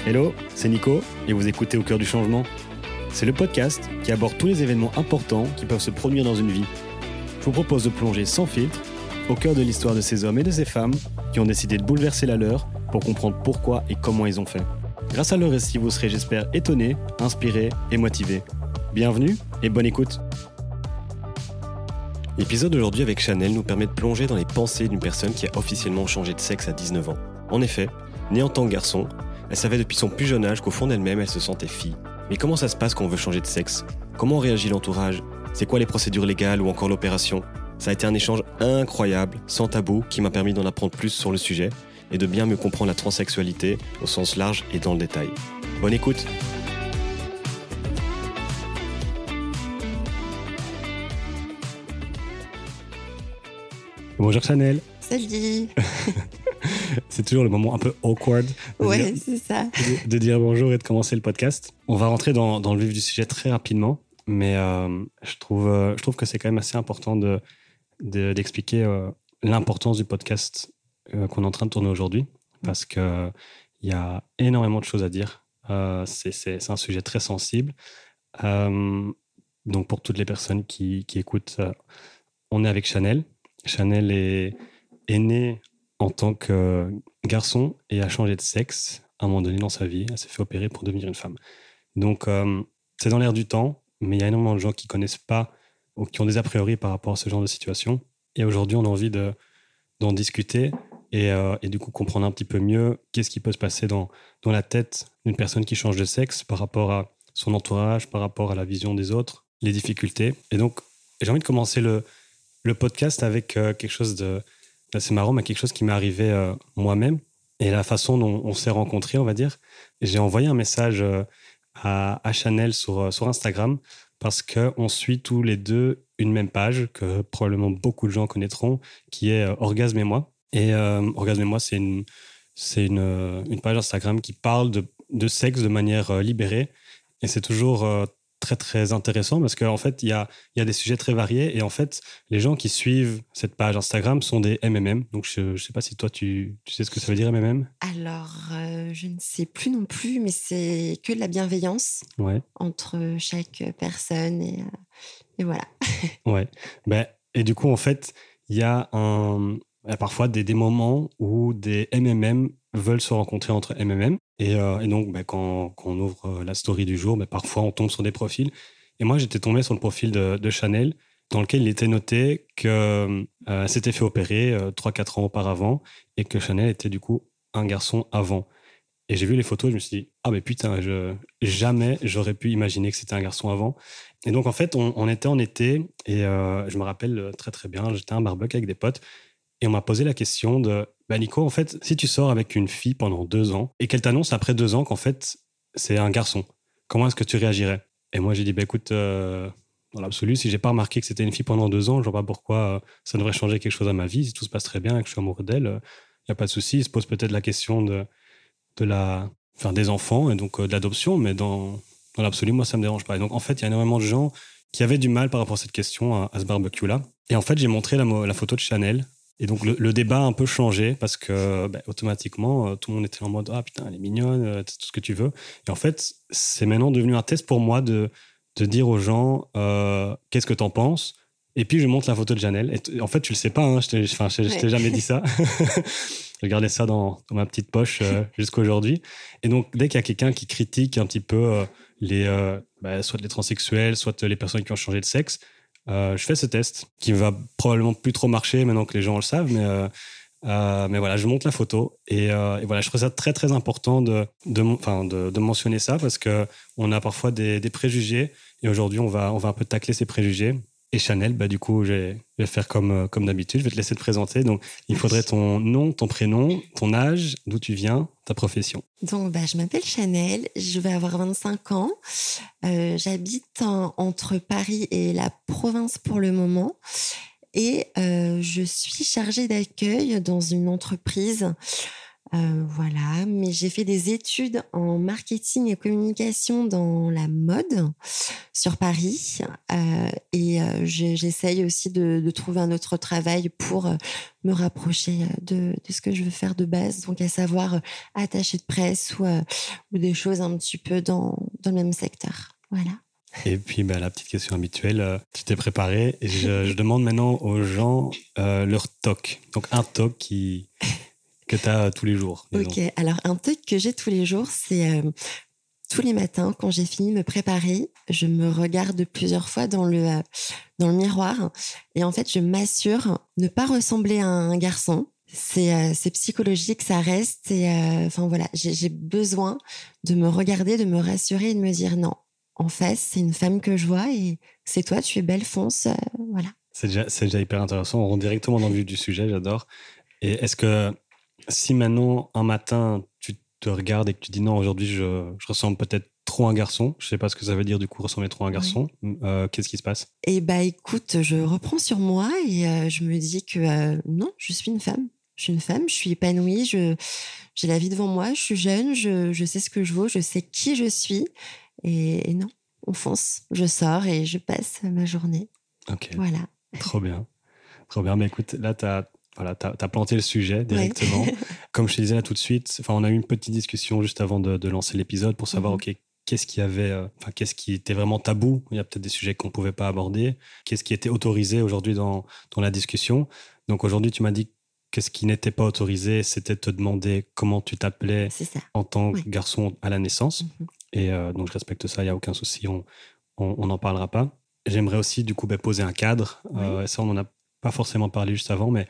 Hello, c'est Nico et vous écoutez Au cœur du changement. C'est le podcast qui aborde tous les événements importants qui peuvent se produire dans une vie. Je vous propose de plonger sans filtre au cœur de l'histoire de ces hommes et de ces femmes qui ont décidé de bouleverser la leur pour comprendre pourquoi et comment ils ont fait. Grâce à leur récit, vous serez, j'espère, étonnés, inspirés et motivés. Bienvenue et bonne écoute. L'épisode d'aujourd'hui avec Chanel nous permet de plonger dans les pensées d'une personne qui a officiellement changé de sexe à 19 ans. En effet, née en tant que garçon, elle savait depuis son plus jeune âge qu'au fond d'elle-même, elle se sentait fille. Mais comment ça se passe quand on veut changer de sexe ? Comment réagit l'entourage ? C'est quoi les procédures légales ou encore l'opération ? Ça a été un échange incroyable, sans tabou, qui m'a permis d'en apprendre plus sur le sujet et de bien mieux comprendre la transsexualité au sens large et dans le détail. Bonne écoute ! Bonjour Chanel. Salut. C'est toujours le moment un peu awkward c'est ça. de dire bonjour et de commencer le podcast. On va rentrer dans le vif du sujet très rapidement, mais je trouve que c'est quand même assez important d'expliquer l'importance du podcast qu'on est en train de tourner aujourd'hui, parce qu'il y a énormément de choses à dire. C'est un sujet très sensible. Donc pour toutes les personnes qui écoutent, on est avec Chanel. Chanel est née en tant que garçon et a changé de sexe à un moment donné dans sa vie. Elle s'est fait opérer pour devenir une femme. Donc, c'est dans l'air du temps, mais il y a énormément de gens qui ne connaissent pas ou qui ont des a priori par rapport à ce genre de situation. Et aujourd'hui, on a envie d'en discuter et du coup comprendre un petit peu mieux qu'est-ce qui peut se passer dans la tête d'une personne qui change de sexe par rapport à son entourage, par rapport à la vision des autres, les difficultés. Et donc, j'ai envie de commencer le podcast avec quelque chose d'assez marrant, mais quelque chose qui m'est arrivé moi-même et la façon dont on s'est rencontrés, on va dire. J'ai envoyé un message à Chanel sur Instagram parce qu'on suit tous les deux une même page que probablement beaucoup de gens connaîtront, qui est Orgasme et moi. Et Orgasme et moi, c'est une page Instagram qui parle de sexe de manière libérée. Et c'est toujours très, très intéressant parce qu'en fait, il y a des sujets très variés. Et en fait, les gens qui suivent cette page Instagram sont des MMM. Donc, je ne sais pas si toi, tu sais ce que ça veut dire, MMM ? Alors, je ne sais plus non plus, mais c'est que de la bienveillance entre chaque personne. Et voilà. Ouais. Et du coup, en fait, il y a parfois des moments où des MMM veulent se rencontrer entre MMM. Et donc, quand on ouvre la story du jour, parfois on tombe sur des profils. Et moi, j'étais tombé sur le profil de Chanel, dans lequel il était noté qu'elle s'était fait opérer 3-4 ans auparavant et que Chanel était du coup un garçon avant. Et j'ai vu les photos, je me suis dit, ah mais putain, jamais j'aurais pu imaginer que c'était un garçon avant. Et donc, en fait, on était en été et je me rappelle très très bien, j'étais à un barbecue avec des potes et on m'a posé la question de Nico, en fait, si tu sors avec une fille pendant 2 ans et qu'elle t'annonce après 2 ans qu'en fait, c'est un garçon, comment est-ce que tu réagirais ? Et moi, j'ai dit, écoute, dans l'absolu, si j'ai pas remarqué que c'était une fille pendant 2 ans, je vois pas pourquoi ça devrait changer quelque chose à ma vie. Si tout se passe très bien et que je suis amoureux d'elle, il n'y a pas de souci. Il se pose peut-être la question des enfants et donc de l'adoption, mais dans l'absolu, moi, ça me dérange pas. Et donc, en fait, il y a énormément de gens qui avaient du mal par rapport à cette question, à ce barbecue-là. Et en fait, j'ai montré la photo de Chanel. Et donc, le débat a un peu changé parce que automatiquement, tout le monde était en mode « Ah putain, elle est mignonne, tout ce que tu veux ». Et en fait, c'est maintenant devenu un test pour moi de dire aux gens « Qu'est-ce que t'en penses ?» Et puis, je montre la photo de Chanel. Et en fait, tu le sais pas, hein, je t'ai jamais dit ça. J'ai gardé ça dans ma petite poche jusqu'à aujourd'hui. Et donc, dès qu'il y a quelqu'un qui critique un petit peu soit les transsexuels, soit les personnes qui ont changé de sexe, je fais ce test qui va probablement plus trop marcher maintenant que les gens le savent, mais voilà, je montre la photo et voilà, je trouve ça très très important de mentionner ça parce que on a parfois des préjugés et aujourd'hui on va un peu tacler ces préjugés. Et Chanel, du coup, je vais faire comme d'habitude, je vais te laisser te présenter. Donc, il faudrait ton nom, ton prénom, ton âge, d'où tu viens, ta profession. Donc, je m'appelle Chanel, je vais avoir 25 ans. J'habite entre Paris et la province pour le moment. Et je suis chargée d'accueil dans une entreprise Voilà, mais j'ai fait des études en marketing et communication dans la mode sur Paris. J'essaye aussi de trouver un autre travail pour me rapprocher de ce que je veux faire de base, donc à savoir attaché de presse ou des choses un petit peu dans le même secteur. Voilà. Et puis, la petite question habituelle, tu t'es préparée et je demande maintenant aux gens leur toc. Donc, un toc que tu as tous les jours. Ok, alors un toc que j'ai tous les jours, c'est tous les matins, quand j'ai fini de me préparer, je me regarde plusieurs fois dans le miroir et en fait, je m'assure de ne pas ressembler à un garçon. C'est psychologique, ça reste. Enfin voilà, j'ai besoin de me regarder, de me rassurer et de me dire non. En face, c'est une femme que je vois et c'est toi, tu es belle, fonce, voilà. C'est déjà hyper intéressant. On rentre directement dans le vif du sujet, j'adore. Et est-ce que si maintenant, un matin, tu te regardes et que tu dis non, aujourd'hui, je ressemble peut-être trop à un garçon, je sais pas ce que ça veut dire du coup, ressembler trop à un garçon, qu'est-ce qui se passe? Écoute, je reprends sur moi et je me dis que non, je suis une femme. Je suis une femme, je suis épanouie, j'ai la vie devant moi, je suis jeune, je sais ce que je vaux, je sais qui je suis. Et non, on fonce. Je sors et je passe ma journée. Ok. Voilà. Trop bien. Trop bien. Mais écoute, là, t'as planté le sujet directement. Ouais. Comme je te disais là tout de suite, on a eu une petite discussion juste avant de lancer l'épisode pour savoir, ok, qu'est-ce qui était vraiment tabou. Il y a peut-être des sujets qu'on ne pouvait pas aborder. Qu'est-ce qui était autorisé aujourd'hui dans la discussion. Donc aujourd'hui, tu m'as dit que ce qui n'était pas autorisé, c'était de te demander comment tu t'appelais en tant que garçon à la naissance. Et donc, je respecte ça, il n'y a aucun souci, on n'en parlera pas. J'aimerais aussi, du coup, poser un cadre. Et ça, on n'en a pas forcément parlé juste avant, mais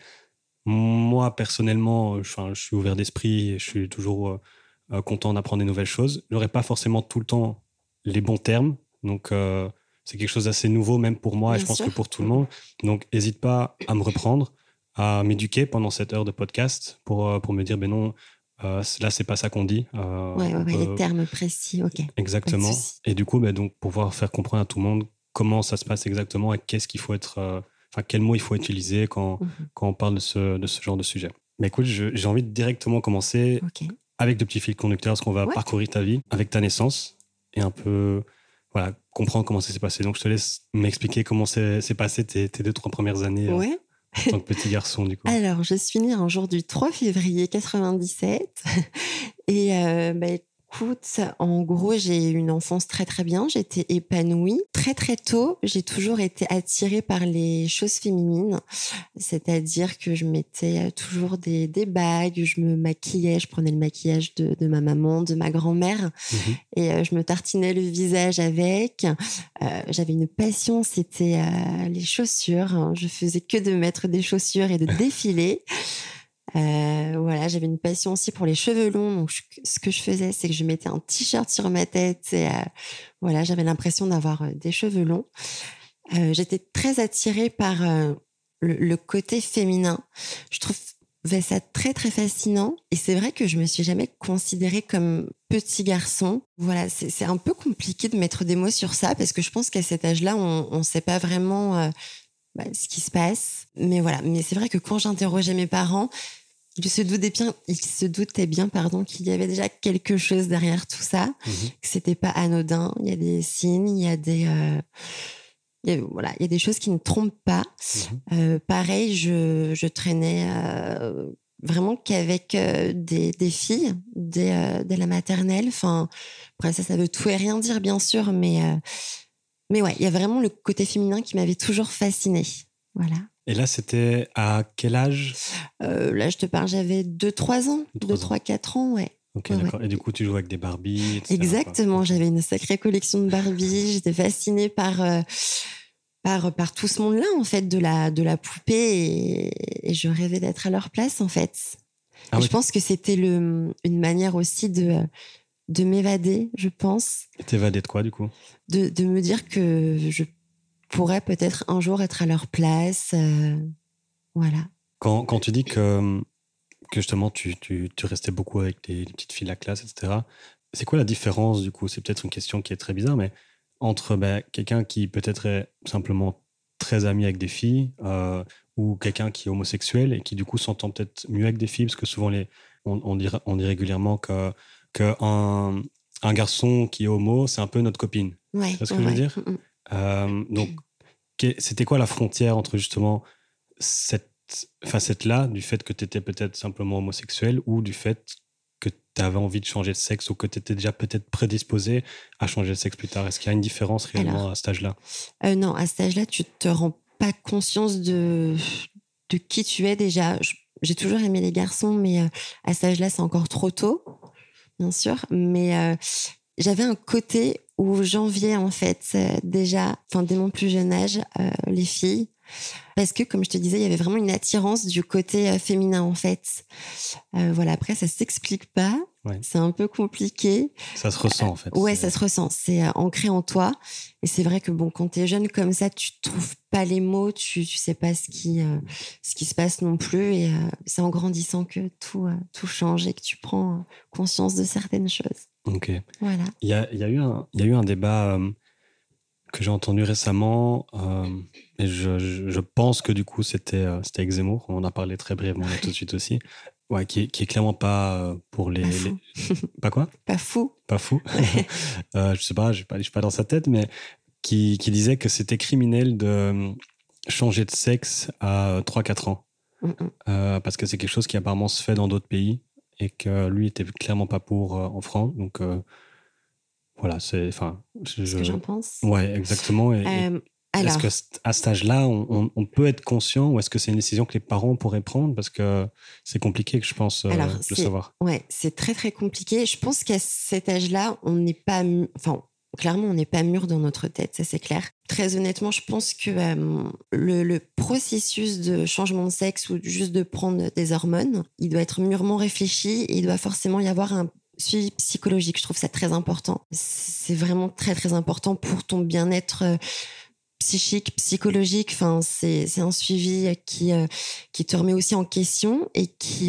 moi, personnellement, je suis ouvert d'esprit et je suis toujours content d'apprendre des nouvelles choses. Je n'aurai pas forcément tout le temps les bons termes. Donc, c'est quelque chose d'assez nouveau, même pour moi, et je pense que pour tout le monde. Donc, n'hésite pas à me reprendre, à m'éduquer pendant cette heure de podcast pour me dire, non, là, c'est pas ça qu'on dit. Les termes précis, ok. Exactement. Et du coup, donc, pouvoir faire comprendre à tout le monde comment ça se passe exactement et qu'est-ce qu'il faut être, quels mots il faut utiliser quand on parle de ce genre de sujet. Mais écoute, j'ai envie de directement commencer avec de petits fils conducteurs, parce qu'on va parcourir ta vie avec ta naissance et un peu comprendre comment ça s'est passé. Donc, je te laisse m'expliquer comment s'est passé tes 2-3 premières années en tant que petit garçon, du coup. Alors, je suis née un jour du 3 février 97 et écoute, en gros, j'ai eu une enfance très très bien, j'étais épanouie. Très très tôt, j'ai toujours été attirée par les choses féminines, c'est-à-dire que je mettais toujours des bagues, je me maquillais, je prenais le maquillage de ma maman, de ma grand-mère et je me tartinais le visage avec. J'avais une passion, c'était les chaussures. Je faisais que de mettre des chaussures et de défiler. J'avais une passion aussi pour les cheveux longs. Donc, ce que je faisais, c'est que je mettais un t-shirt sur ma tête et j'avais l'impression d'avoir des cheveux longs. J'étais très attirée par le côté féminin. Je trouvais ça très, très fascinant. Et c'est vrai que je me suis jamais considérée comme petit garçon. Voilà, c'est un peu compliqué de mettre des mots sur ça parce que je pense qu'à cet âge-là, on sait pas vraiment ce qui se passe. Mais voilà, mais c'est vrai que quand j'interrogeais mes parents, ils se doutaient bien qu'il y avait déjà quelque chose derrière tout ça, que c'était pas anodin. Il y a des signes, il y a des choses qui ne trompent pas. Pareil, je traînais vraiment qu'avec des filles dès la maternelle. Enfin, après ça veut tout et rien dire, bien sûr, mais il y a vraiment le côté féminin qui m'avait toujours fascinée. Voilà. Et là, c'était à quel âge ? Là, je te parle, j'avais 2-3 ans. 2-3-4 ans, ouais. Ok, d'accord. Et du coup, tu jouais avec des Barbies, etc. Exactement, j'avais une sacrée collection de Barbies. J'étais fascinée par tout ce monde-là, en fait, de la poupée. Et je rêvais d'être à leur place, en fait. Je pense que c'était une manière aussi de m'évader, je pense. Et t'évader de quoi, du coup ? De me dire que je pourrais peut-être un jour être à leur place. Voilà. Quand tu dis que justement tu restais beaucoup avec les petites filles de la classe, etc., c'est quoi la différence, du coup ? C'est peut-être une question qui est très bizarre, mais entre quelqu'un qui peut-être est simplement très ami avec des filles ou quelqu'un qui est homosexuel et qui du coup s'entend peut-être mieux avec des filles, parce que souvent les on dit régulièrement que un garçon qui est homo, c'est un peu notre copine. Ouais, Tu vois ce que je veux dire? Donc, c'était quoi la frontière entre justement cette facette-là, du fait que tu étais peut-être simplement homosexuel, ou du fait que tu avais envie de changer de sexe, ou que tu étais déjà peut-être prédisposé à changer de sexe plus tard? Est-ce qu'il y a une différence réellement Alors, à cet âge-là? non, à cet âge-là, tu te rends pas conscience de qui tu es déjà. J'ai toujours aimé les garçons, mais à cet âge-là, c'est encore trop tôt, bien sûr. Mais j'avais un côté où j'enviais en fait déjà, enfin dès mon plus jeune âge, les filles. Parce que, comme je te disais, il y avait vraiment une attirance du côté féminin, en fait. Voilà, après, ça s'explique pas. Ouais. C'est un peu compliqué. Ça se ressent, en fait. Ouais, ça se ressent. C'est ancré en toi. Et c'est vrai que, bon, quand t'es jeune comme ça, tu trouves pas les mots, tu sais pas ce qui se passe non plus. Et c'est en grandissant que tout change et que tu prends conscience de certaines choses. Ok. Voilà. Il y a eu un débat que j'ai entendu récemment, et je pense que du coup c'était avec Zemmour, on en a parlé très brièvement là tout de suite aussi, ouais, qui est clairement pas pour Pas fou. Pas quoi? Pas fou. Pas fou. Ouais. Je sais pas, je suis pas dans sa tête, mais qui disait que c'était criminel de changer de sexe à 3-4 ans. Parce que c'est quelque chose qui apparemment se fait dans d'autres pays et que lui était clairement pas pour en France. Donc voilà, c'est, enfin, Ce que j'en pense. Ouais, exactement. Est-ce Alors, que à cet âge-là, on peut être conscient, ou est-ce que c'est une décision que les parents pourraient prendre? Parce que c'est compliqué, que je pense, de le savoir. Ouais, c'est très très compliqué. Je pense qu'à cet âge-là, on n'est pas, enfin, clairement, on n'est pas mûr dans notre tête, ça c'est clair. Très honnêtement, je pense que le processus de changement de sexe ou juste de prendre des hormones, il doit être mûrement réfléchi et il doit forcément y avoir un suivi psychologique. Je trouve ça très important. C'est vraiment très très important pour ton bien-être psychique, psychologique. Enfin, c'est un suivi qui te remet aussi en question et qui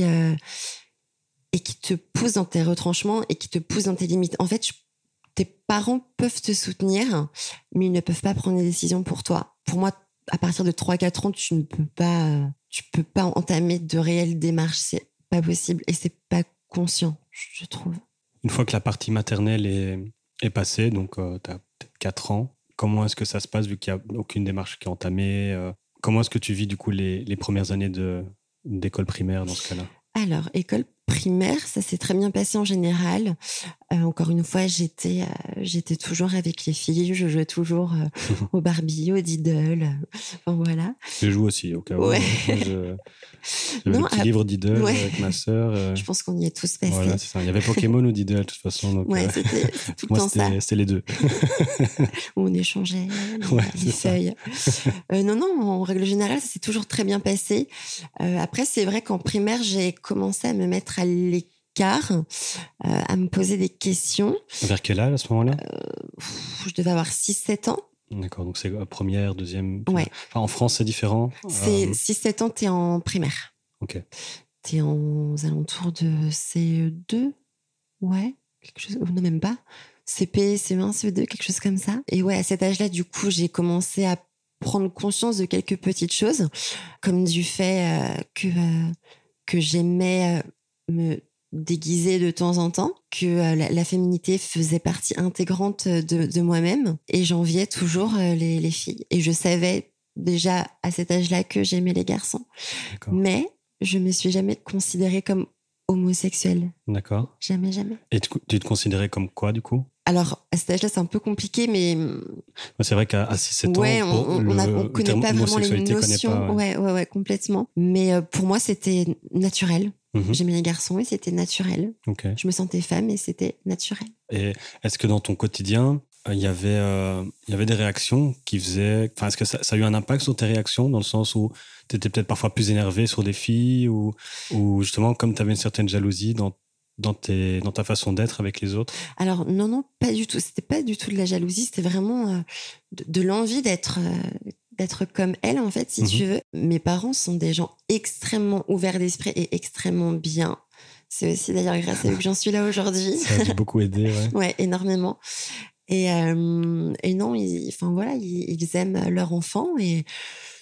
te pousse dans tes retranchements et qui te pousse dans tes limites. En fait, tes parents peuvent te soutenir, mais ils ne peuvent pas prendre des décisions pour toi. Pour moi, à partir de 3-4 ans, tu peux pas entamer de réelles démarches. C'est pas possible et c'est pas conscient, je trouve. Une fois que la partie maternelle est passée, donc tu as peut-être 4 ans, comment est-ce que ça se passe vu qu'il n'y a aucune démarche qui est entamée? Comment est-ce que tu vis du coup les premières années d'école primaire dans ce cas-là? Alors, école primaire, ça s'est très bien passé en général. Encore une fois, j'étais toujours avec les filles. Je jouais toujours au Barbie, au Diddle. Enfin, voilà. Je joue aussi, au cas où. Ouais. J'avais le petit livre Diddle avec ma sœur. Je pense qu'on y est tous passés. Voilà, c'est ça. Il y avait Pokémon ou Diddle, de toute façon. Donc, ouais, c'était tout le temps ça. C'était les deux. Où on échangeait les feuilles. Non, en règle générale, ça s'est toujours très bien passé. Après, c'est vrai qu'en primaire, j'ai commencé à me mettre à l'écart, à me poser des questions. Vers quel âge à ce moment-là? Je devais avoir 6-7 ans. D'accord, donc c'est première, deuxième. Ouais. Enfin, en France, c'est différent. C'est 6-7 ans, t'es en primaire. Ok. T'es aux alentours de CE2. Ouais, quelque chose. Non, même pas. CP, CE1, CE2, quelque chose comme ça. Et ouais, à cet âge-là, du coup, j'ai commencé à prendre conscience de quelques petites choses, comme du fait que j'aimais me déguiser de temps en temps, que la féminité faisait partie intégrante de moi-même, et j'enviais toujours les filles. Et je savais déjà à cet âge-là que j'aimais les garçons. D'accord. Mais je me suis jamais considérée comme homosexuelle. D'accord. Jamais. Et tu te considérais comme quoi, du coup? Alors, à cet âge-là, c'est un peu compliqué, mais... C'est vrai qu'à 6-7 ouais, ans, on ne connaît pas vraiment les notions. Pas, ouais, complètement. Mais pour moi, c'était naturel. Mm-hmm. J'aimais les garçons et c'était naturel. Okay. Je me sentais femme et c'était naturel. Et est-ce que dans ton quotidien, il y avait des réactions qui faisaient... Enfin, est-ce que ça a eu un impact sur tes réactions, dans le sens où tu étais peut-être parfois plus énervé sur des filles, ou justement, comme tu avais une certaine jalousie dans ta façon d'être avec les autres? Alors, non, pas du tout. C'était pas du tout de la jalousie, c'était vraiment de l'envie d'être comme elle, en fait, si tu veux. Mes parents sont des gens extrêmement ouverts d'esprit et extrêmement bien. C'est aussi d'ailleurs grâce à eux que j'en suis là aujourd'hui. Ça a dû beaucoup aider, ouais. Ouais, énormément. Et non, ils aiment leur enfant, et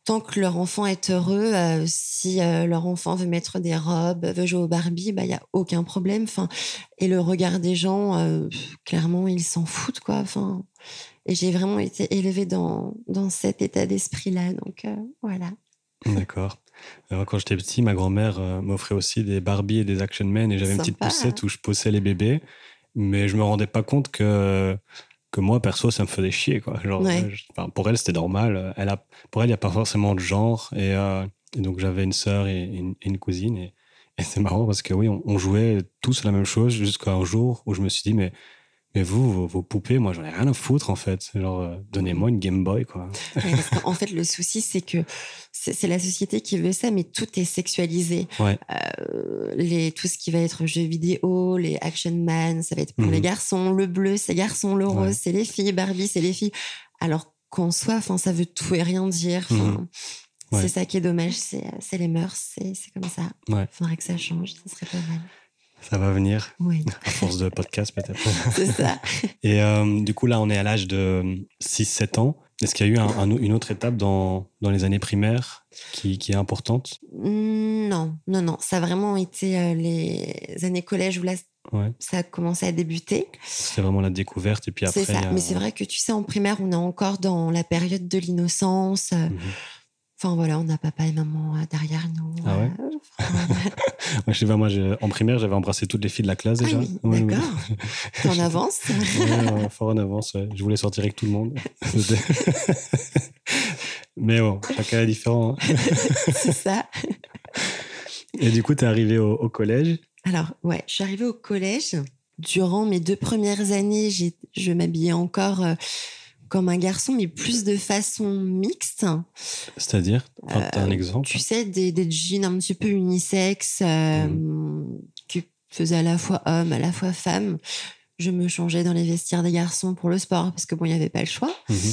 tant que leur enfant est heureux, si leur enfant veut mettre des robes, veut jouer au Barbie, il y a aucun problème. Enfin, et le regard des gens, clairement, ils s'en foutent, quoi. Enfin, et j'ai vraiment été élevée dans cet état d'esprit-là. Donc, voilà. D'accord. Alors, quand j'étais petit, ma grand-mère m'offrait aussi des Barbie et des Action Man et j'avais une petite Sympa. poussette où je poussais les bébés, mais je me rendais pas compte que moi, perso, ça me faisait chier, quoi. Genre, Ouais. pour elle, c'était normal. Pour elle, il n'y a pas forcément de genre. Et donc, j'avais une sœur et une cousine. Et c'est marrant parce que oui, on jouait tous la même chose jusqu'à un jour où je me suis dit, mais vous, vos poupées, moi, j'en ai rien à foutre, en fait. Genre, donnez-moi une Game Boy, quoi. Ouais, parce qu'en fait, le souci, c'est que c'est la société qui veut ça, mais tout est sexualisé. Ouais. Tout ce qui va être jeux vidéo, les Action Man, ça va être pour les garçons. Le bleu, c'est garçons. Le rose, c'est les filles. Barbie, c'est les filles. Alors qu'en soi, ça veut tout et rien dire. C'est ça qui est dommage. C'est les mœurs. C'est comme ça. Ouais. Faudrait que ça change. Ça serait pas mal. Ça va venir. Oui. À force de podcast, peut-être. C'est ça. Et du coup, là, on est à l'âge de 6-7 ans. Est-ce qu'il y a eu une autre étape dans les années primaires qui est importante? Non. Ça a vraiment été les années collège où là, ça a commencé à débuter. C'est vraiment la découverte. Et puis après, c'est ça. Mais c'est vrai que tu sais, en primaire, on est encore dans la période de l'innocence. Enfin voilà, on a papa et maman derrière nous. Ah ouais. Je sais pas, moi, en primaire, j'avais embrassé toutes les filles de la classe déjà. Ah oui, d'accord. T'es en avance. Fort en avance, ouais. Je voulais sortir avec tout le monde. Mais bon, chacun est différent. C'est ça. Et du coup, t'es arrivé au collège? Alors, ouais, je suis arrivée au collège. Durant mes 2 premières années, je m'habillais encore comme un garçon, mais plus de façon mixte. C'est-à-dire, t'as un exemple? Tu sais, des jeans un petit peu unisexes qui faisaient à la fois homme, à la fois femme. Je me changeais dans les vestiaires des garçons pour le sport, parce que bon, il n'y avait pas le choix.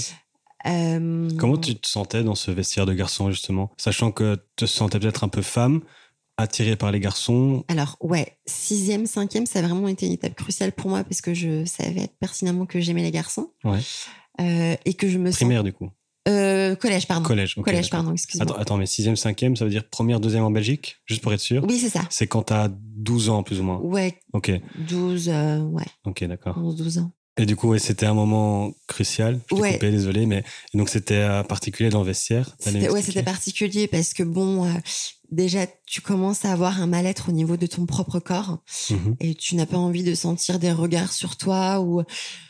Comment tu te sentais dans ce vestiaire de garçon, justement? Sachant que tu te sentais peut-être un peu femme, attirée par les garçons. Alors, ouais, 6e, 5e, ça a vraiment été une étape cruciale pour moi, parce que je savais pertinemment que j'aimais les garçons. Ouais. Et que je me Primaire, du coup. Collège, pardon. Collège, okay, collège, pardon, excuse-moi. Attends, mais 6e, 5e, ça veut dire première, deuxième en Belgique? Juste pour être sûr? Oui, c'est ça. C'est quand t'as 12 ans, plus ou moins? Ouais. Ok. 12, ouais. Ok, d'accord. 11, 12 ans. Et du coup, ouais, c'était un moment crucial. Je t'ai coupé, désolé, mais donc c'était particulier dans le vestiaire? C'était particulier parce que bon, déjà, tu commences à avoir un mal-être au niveau de ton propre corps et tu n'as pas envie de sentir des regards sur toi ou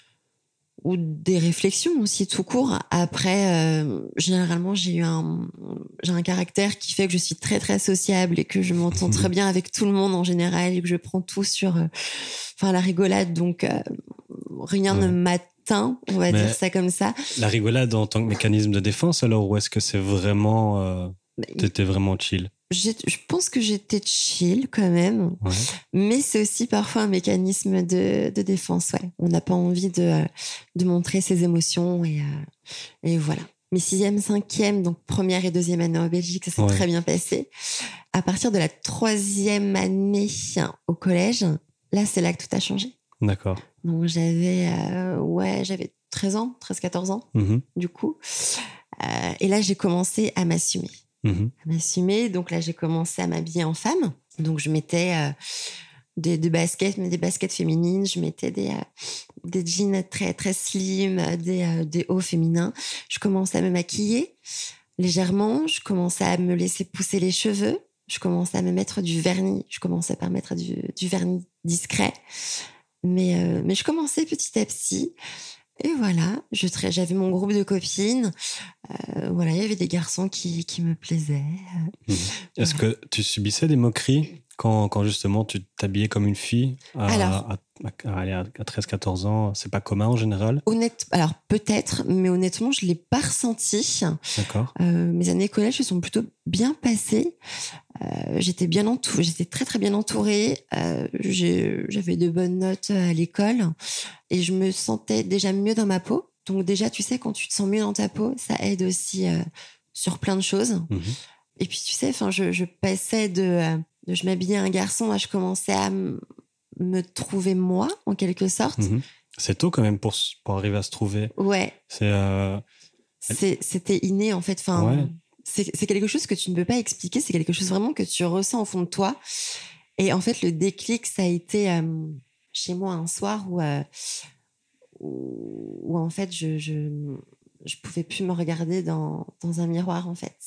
des réflexions aussi tout court. Après, généralement, j'ai un caractère qui fait que je suis très très sociable et que je m'entends très bien avec tout le monde en général et que je prends tout sur la rigolade. Donc rien ne m'atteint, on va dire ça comme ça. La rigolade en tant que mécanisme de défense, alors, ou est-ce que c'est vraiment t'étais vraiment chill? Je pense que j'étais chill quand même, mais c'est aussi parfois un mécanisme de défense. Ouais. On n'a pas envie de montrer ses émotions et voilà. Mes 6e, 5e, donc première et deuxième année en Belgique, ça s'est très bien passé. À partir de la 3e année au collège, là, c'est là que tout a changé. D'accord. Donc j'avais 13 ans, 13-14 ans, du coup. Et là, j'ai commencé à m'assumer. Donc là, j'ai commencé à m'habiller en femme. Donc, je mettais des baskets, mais des baskets féminines. Je mettais des jeans très, très slim, des hauts féminins. Je commençais à me maquiller légèrement. Je commençais à me laisser pousser les cheveux. Je commençais à me mettre du vernis. Je commençais par mettre du vernis discret. Mais je commençais petit à petit. Et voilà, j'avais mon groupe de copines. Il y avait des garçons qui me plaisaient. Est-ce que tu subissais des moqueries quand justement tu t'habillais comme une fille à 13-14 ans? C'est pas commun en général? Alors peut-être, mais honnêtement, je l'ai pas ressenti. D'accord. Mes années collège se sont plutôt bien passées. J'étais très très bien entourée. J'avais de bonnes notes à l'école et je me sentais déjà mieux dans ma peau. Donc déjà, tu sais, quand tu te sens mieux dans ta peau, ça aide aussi sur plein de choses. Et puis tu sais, je passais de je m'habillais un garçon à je commençais à me trouver moi en quelque sorte. C'est tôt quand même pour arriver à se trouver. Ouais. C'était inné en fait. c'est quelque chose que tu ne peux pas expliquer, c'est quelque chose vraiment que tu ressens au fond de toi. Et en fait, le déclic, ça a été chez moi un soir où en fait, je pouvais plus me regarder dans un miroir, en fait.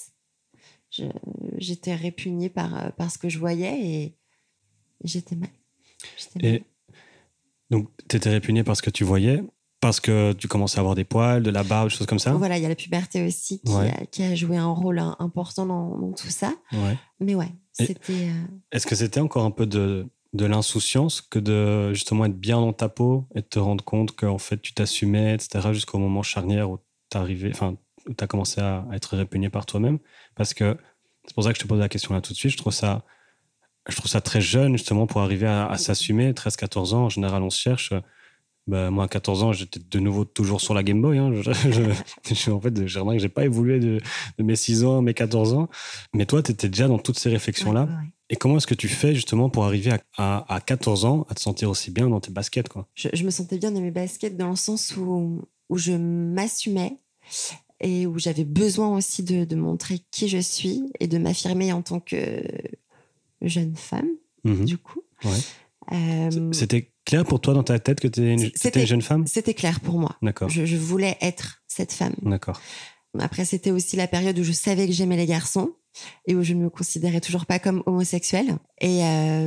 J'étais répugnée par ce que je voyais et j'étais mal. Et donc, tu étais répugnée par ce que tu voyais, parce que tu commençais à avoir des poils, de la barbe, des choses comme ça? Voilà, il y a la puberté aussi qui a joué un rôle important dans tout ça. Ouais. Mais ouais, c'était... Est-ce que c'était encore un peu de l'insouciance que de justement être bien dans ta peau et de te rendre compte qu'en fait tu t'assumais, etc., jusqu'au moment charnière où tu as commencé à être répugné par toi-même? Parce que c'est pour ça que je te pose la question là tout de suite. Je trouve ça très jeune justement pour arriver à s'assumer. 13-14 ans, en général, on se cherche. Ben, moi, à 14 ans, j'étais de nouveau toujours sur la Game Boy. Hein. En fait, j'ai remarqué que j'ai pas évolué de mes 6 ans à mes 14 ans. Mais toi, tu étais déjà dans toutes ces réflexions-là. Ouais. Et comment est-ce que tu fais justement pour arriver à 14 ans à te sentir aussi bien dans tes baskets, quoi? Je me sentais bien dans mes baskets dans le sens où je m'assumais et où j'avais besoin aussi de montrer qui je suis et de m'affirmer en tant que jeune femme, du coup. Ouais. C'était clair pour toi dans ta tête que tu étais une jeune femme? C'était clair pour moi. D'accord. Je voulais être cette femme. D'accord. Après, c'était aussi la période où je savais que j'aimais les garçons et où je ne me considérais toujours pas comme homosexuelle. Et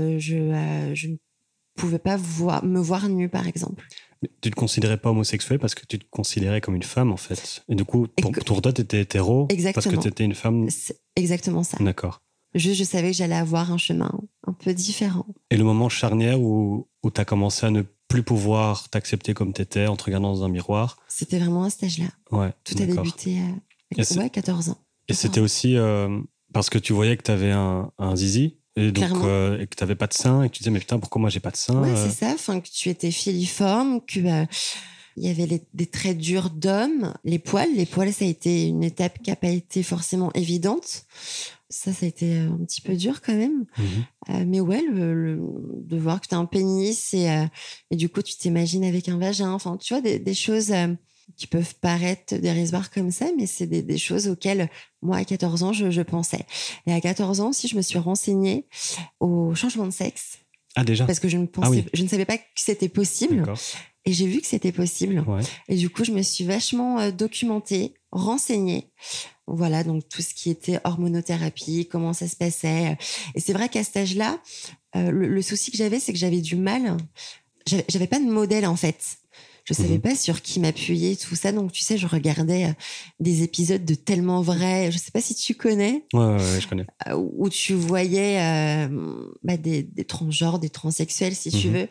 je ne pouvais pas me voir nue, par exemple. Mais tu te considérais pas homosexuel parce que tu te considérais comme une femme, en fait. Et du coup, pour toi, tu étais hétéro. Exactement. Parce que tu étais une femme. C'est exactement ça. D'accord. Je savais que j'allais avoir un chemin un peu différent. Et le moment charnière où tu as commencé à ne plus pouvoir t'accepter comme tu étais en te regardant dans un miroir? C'était vraiment à cet âge-là. Ouais. Tout a débuté à 14 ans. Et c'était aussi parce que tu voyais que tu avais un zizi et, donc, et que tu n'avais pas de sein et que tu disais mais putain, pourquoi moi j'ai pas de sein? Ouais, c'est ça. Enfin, que tu étais filiforme, que il y avait des traits durs d'homme, les poils, ça a été une étape qui n'a pas été forcément évidente. Ça a été un petit peu dur quand même. Mais ouais, de voir que tu as un pénis et du coup, tu t'imagines avec un vagin. Enfin, tu vois, des choses qui peuvent paraître dérisoires comme ça, mais c'est des choses auxquelles, moi, à 14 ans, je pensais. Et à 14 ans aussi, je me suis renseignée au changement de sexe. Ah, déjà? Parce que je ne savais pas que c'était possible. D'accord. Et j'ai vu que c'était possible. Ouais. Et du coup, je me suis vachement documentée, renseignée. Voilà, donc tout ce qui était hormonothérapie, comment ça se passait. Et c'est vrai qu'à cet âge-là, le souci que j'avais, c'est que j'avais du mal. J'avais pas de modèle, en fait. Je savais pas sur qui m'appuyer, tout ça. Donc, tu sais, je regardais des épisodes de Tellement Vrai. Je sais pas si tu connais. Ouais, je connais. Où tu voyais des transgenres, des transsexuels, si tu veux.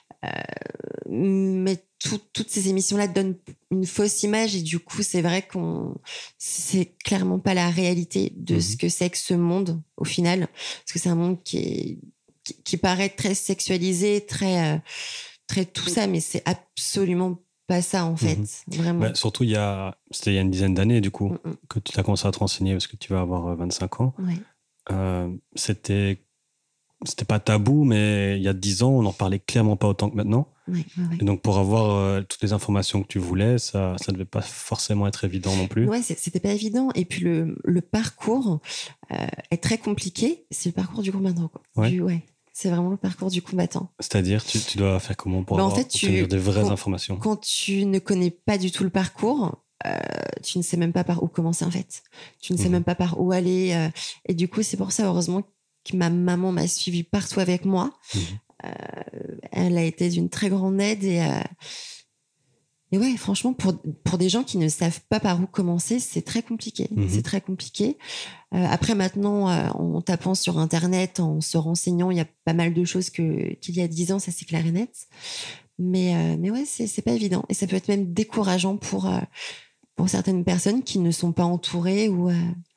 Mais toutes ces émissions-là donnent une fausse image et du coup, c'est vrai c'est clairement pas la réalité de ce que c'est que ce monde au final, parce que c'est un monde qui paraît très sexualisé, très tout ça, mais c'est absolument pas ça en fait, vraiment. Bah, surtout, c'était il y a une dizaine d'années du coup que tu as commencé à te renseigner parce que tu vas avoir 25 ans. Ouais. C'était pas tabou, mais il y a 10 ans, on n'en parlait clairement pas autant que maintenant. Ouais. Et donc, pour avoir toutes les informations que tu voulais, ça devait pas forcément être évident non plus. Ouais, c'était pas évident. Et puis, le parcours est très compliqué. C'est le parcours du combattant, quoi. Ouais. C'est vraiment le parcours du combattant. C'est-à-dire, tu dois faire comment pour obtenir des vraies informations? Quand tu ne connais pas du tout le parcours, tu ne sais même pas par où commencer, en fait. Tu ne sais même pas par où aller. Et du coup, c'est pour ça, heureusement, que ma maman m'a suivie partout avec moi. Elle a été d'une très grande aide et ouais, franchement, pour des gens qui ne savent pas par où commencer, c'est très compliqué. C'est très compliqué. Après, maintenant, en tapant sur Internet, en se renseignant, il y a pas mal de choses qu'il y a 10 ans, ça c'est clair et net. Mais ouais, c'est pas évident. Et ça peut être même décourageant pour certaines personnes qui ne sont pas entourées ou...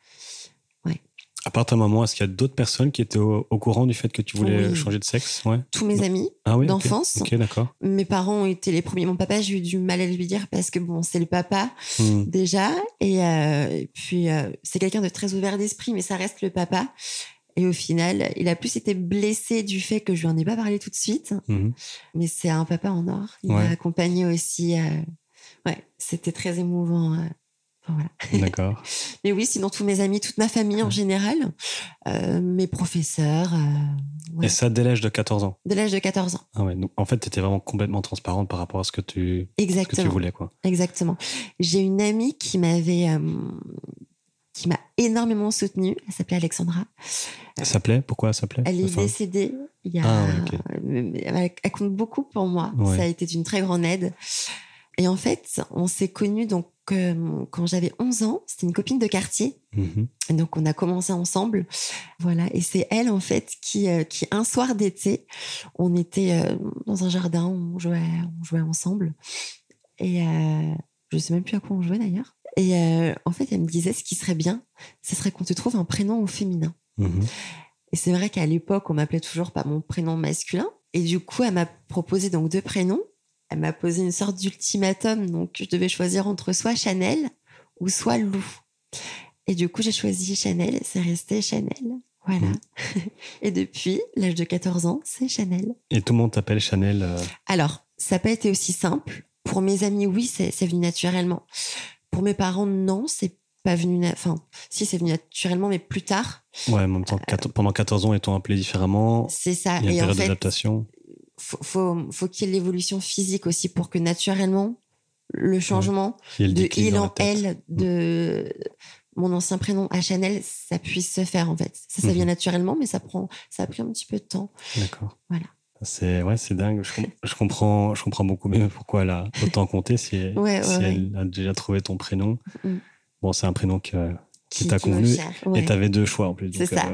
À part ta maman, est-ce qu'il y a d'autres personnes qui étaient au courant du fait que tu voulais changer de sexe? Ouais. Tous mes amis d'enfance. Ok, d'accord. Mes parents ont été les premiers. Mon papa, j'ai eu du mal à lui dire parce que bon, c'est le papa déjà. Et puis, c'est quelqu'un de très ouvert d'esprit, mais ça reste le papa. Et au final, il a plus été blessé du fait que je lui en ai pas parlé tout de suite. Mais c'est un papa en or. Il m'a accompagné aussi. Ouais, c'était très émouvant. Voilà. D'accord. Mais oui, sinon tous mes amis, toute ma famille en général, mes professeurs, Et ouais, ça, dès l'âge de 14 ans. de l'âge de 14 ans. Ah ouais, donc, en fait, tu étais vraiment complètement transparente par rapport à ce que tu Exactement, voulais, quoi. exactement. J'ai une amie qui m'a énormément soutenue. Elle s'appelait Alexandra. Ça s'appelait? Pourquoi ça s'appelait? Elle est Enfin, décédée il y a. ah ouais, ok. Elle compte beaucoup pour moi. Ouais. Ça a été d'une très grande aide. Et en fait, on s'est connus donc quand j'avais 11 ans. C'était une copine de quartier. Mhm. Et donc, on a commencé ensemble. Voilà. Et c'est elle, en fait, qui un soir d'été, on était dans un jardin, on jouait ensemble. Et je sais même plus à quoi on jouait d'ailleurs. Et en fait, elle me disait ce qui serait bien, ce serait qu'on te trouve un prénom au féminin. Mhm. Et c'est vrai qu'à l'époque, on m'appelait toujours par mon prénom masculin. Et du coup, elle m'a proposé donc 2 prénoms. Elle m'a posé une sorte d'ultimatum. Donc, je devais choisir entre soit Chanel ou soit Lou. Et du coup, j'ai choisi Chanel et c'est resté Chanel. Voilà. Mhm. Et depuis l'âge de 14 ans, c'est Chanel. Et tout le monde t'appelle Chanel. Alors, ça n'a pas été aussi simple. Pour mes amis, oui, c'est venu naturellement. Pour mes parents, non, c'est pas venu. Enfin, si, c'est venu naturellement, mais plus tard. Ouais, en même temps, pendant 14 ans, ils t'ont appelé différemment. C'est ça. Il y a une Et en période fait, d'adaptation. faut qu'il y ait l'évolution physique aussi pour que naturellement, le changement Il y a le de déclic il dans la en tête. elle de mon ancien prénom à Chanel, ça puisse se faire en fait. Ça vient Mhm. naturellement, mais ça a pris un petit peu de temps. D'accord. Voilà. C'est dingue. Je comprends beaucoup mieux pourquoi elle a autant compté si Ouais. elle a déjà trouvé ton prénom. Mm. Bon, c'est un prénom qui t'a Qui me convenu cher. et Ouais. tu avais 2 choix en plus. C'est ça.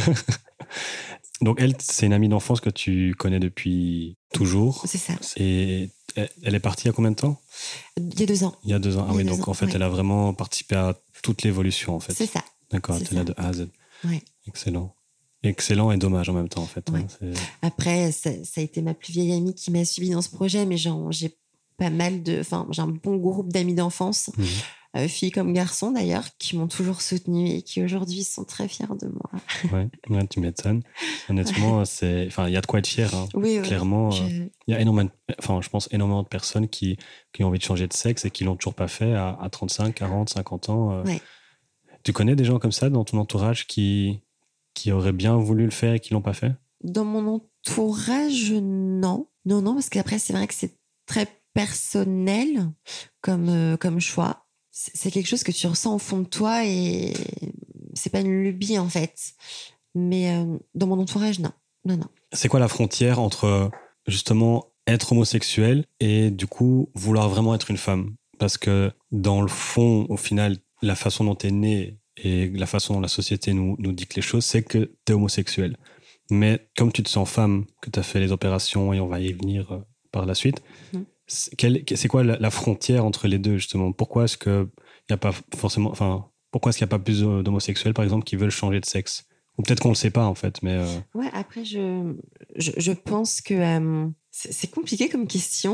Donc elle, c'est une amie d'enfance que tu connais depuis toujours. C'est ça. Et elle est partie il y a combien de temps? Il y a 2 ans. Il y a 2 ans. Ah Il y a oui, 2 donc ans, en fait, ouais. elle a vraiment participé à toute l'évolution en fait. C'est ça. D'accord, C'est elle était là ça. de A à Z. Ouais. Excellent. Excellent et dommage en même temps en fait. Ouais. Hein, Après, ça a été ma plus vieille amie qui m'a suivie dans ce projet, mais j'ai pas mal j'ai un bon groupe d'amis d'enfance, filles comme garçons d'ailleurs, qui m'ont toujours soutenue et qui aujourd'hui sont très fiers de moi. Ouais, tu m'étonnes. Honnêtement, il y a de quoi être fier. Hein. Oui, Clairement, il y a je pense énormément de personnes qui ont envie de changer de sexe et qui l'ont toujours pas fait à 35, 40, 50 ans. Ouais. Tu connais des gens comme ça dans ton entourage qui auraient bien voulu le faire et qui l'ont pas fait? Dans mon entourage, non. Non, parce qu'après, c'est vrai que c'est très personnel comme choix. C'est quelque chose que tu ressens au fond de toi et c'est pas une lubie en fait. Mais dans mon entourage, non. Non. C'est quoi la frontière entre justement être homosexuel et du coup vouloir vraiment être une femme? Parce que dans le fond, au final, la façon dont tu es né et la façon dont la société nous dicte les choses, c'est que tu es homosexuel. Mais comme tu te sens femme, que tu as fait les opérations et on va y venir par la suite, c'est quoi la frontière entre les deux justement? Pourquoi est-ce qu'il n'y a pas forcément... pourquoi est-ce qu'il n'y a pas plus d'homosexuels, par exemple, qui veulent changer de sexe? Ou peut-être qu'on ne le sait pas, en fait, mais... Ouais, après, je pense que c'est compliqué comme question.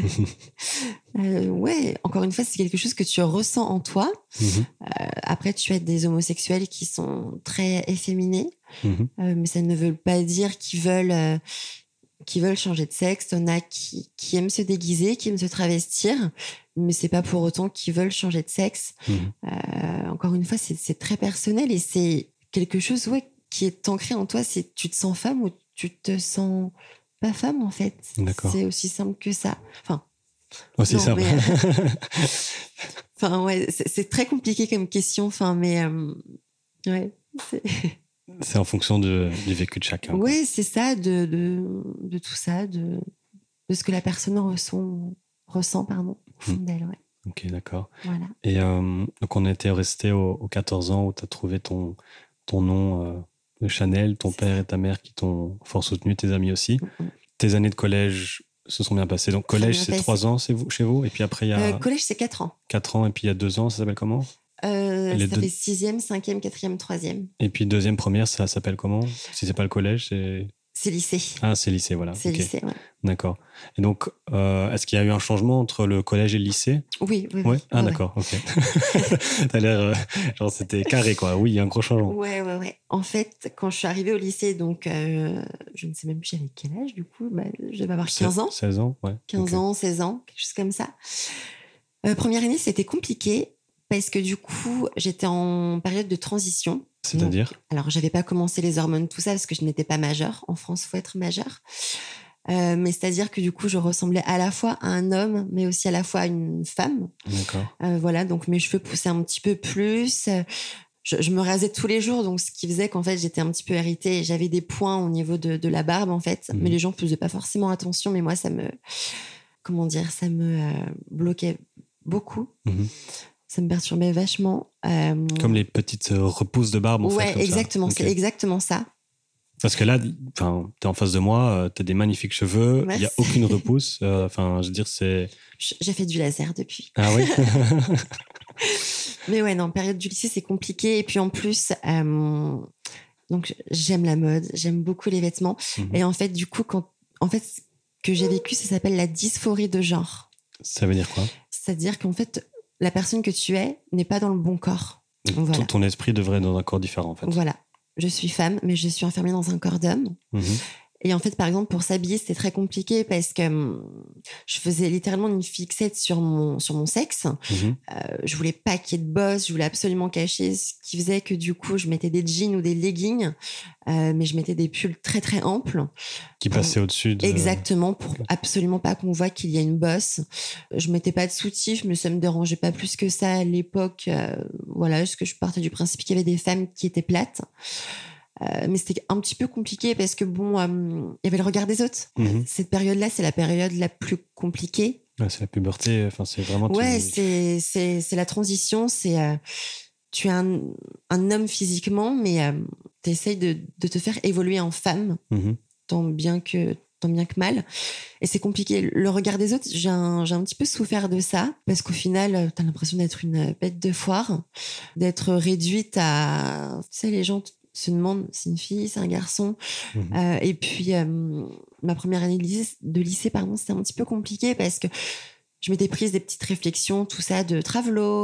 Ouais, encore une fois, c'est quelque chose que tu ressens en toi. Après, tu as des homosexuels qui sont très efféminés, mais ça ne veut pas dire qu'ils veulent changer de sexe. On a qui aiment se déguiser, qui aiment se travestir, mais c'est pas pour autant qu'ils veulent changer de sexe. Encore une fois, c'est très personnel et c'est quelque chose qui est ancré en toi. C'est tu te sens femme ou tu te sens pas femme en fait. D'accord. C'est aussi simple que ça. Enfin, aussi non, simple. Ouais, c'est très compliqué comme question. Enfin, mais ouais. C'est en fonction du vécu de chacun. Ouais, c'est ça, de tout ça, de ce que la personne ressent au fond d'elle. Ouais. Ok, d'accord. Voilà. Et donc, on était resté aux 14 ans où tu as trouvé ton nom de Chanel, ton père et ta mère qui t'ont fort soutenu, tes amis aussi. Tes années de collège se sont bien passées. Donc, collège, c'est 3 ans chez vous. Et puis après, il y a... collège, c'est 4 ans. 4 ans, et puis il y a 2 ans, ça s'appelle comment? Ça fait 6e, 5e, 4e, 3e. Et puis deuxième, première, ça s'appelle comment? Si c'est pas le collège, c'est... C'est lycée. Ah, c'est lycée, voilà. C'est lycée, ouais. D'accord. Et donc, est-ce qu'il y a eu un changement entre le collège et le lycée? Oui. Ah, d'accord, ok. T'as l'air... genre, c'était carré, quoi. Oui, il y a un gros changement. Ouais. En fait, quand je suis arrivée au lycée, donc, je ne sais même plus j'avais quel âge, du coup. Je devais avoir 15 ans. 16 ans, ouais. 15 ans, 16 ans, quelque chose comme ça. Première année, c'était compliqué parce que du coup, j'étais en période de transition. C'est-à-dire? Donc, alors, j'avais pas commencé les hormones, tout ça, parce que je n'étais pas majeure. En France, il faut être majeure. Mais c'est-à-dire que du coup, je ressemblais à la fois à un homme, mais aussi à la fois à une femme. D'accord. Voilà, donc mes cheveux poussaient un petit peu plus. Je me rasais tous les jours, donc ce qui faisait qu'en fait, j'étais un petit peu irritée. J'avais des points au niveau de la barbe, en fait. Mais les gens ne faisaient pas forcément attention. Mais moi, ça me bloquait beaucoup. Ça me perturbait vachement. Comme les petites repousses de barbe, en fait. Ouais, comme exactement. ça. C'est exactement ça. Parce que là, t'es en face de moi, t'as des magnifiques cheveux, il n'y a aucune repousse. Je veux dire, c'est... J'ai fait du laser depuis. Ah oui. Mais ouais, non, période du lycée, c'est compliqué. Et puis en plus, donc j'aime la mode, j'aime beaucoup les vêtements. Et en fait, du coup, ce que j'ai vécu, ça s'appelle la dysphorie de genre. Ça veut dire quoi? C'est-à-dire qu'en fait, la personne que tu es n'est pas dans le bon corps. Voilà. Ton esprit devrait être dans un corps différent, en fait. Voilà. Je suis femme, mais je suis enfermée dans un corps d'homme. Et en fait, par exemple, pour s'habiller, c'était très compliqué parce que je faisais littéralement une fixette sur mon sexe. Je voulais pas qu'il y ait de boss, je voulais absolument cacher, ce qui faisait que du coup, je mettais des jeans ou des leggings, mais je mettais des pulls très très amples. Qui passaient au-dessus de... Exactement, pour absolument pas qu'on voit qu'il y a une bosse. Je mettais pas de soutif, mais ça me dérangeait pas plus que ça à l'époque. Voilà, parce que je partais du principe qu'il y avait des femmes qui étaient plates. Mais c'était un petit peu compliqué parce que bon, il y avait le regard des autres. Cette période-là, c'est la période la plus compliquée. Ouais, c'est la puberté. Enfin, c'est vraiment. Ouais, c'est la transition. C'est tu es un homme physiquement, mais tu essayes de te faire évoluer en femme, tant bien que mal. Et c'est compliqué. Le regard des autres, j'ai un petit peu souffert de ça parce qu'au final, tu as l'impression d'être une bête de foire, d'être réduite à, tu sais, les gens se demandent c'est une fille, c'est un garçon. Et puis, ma première année de lycée, pardon, c'était un petit peu compliqué parce que je m'étais prise des petites réflexions, tout ça, de travelo,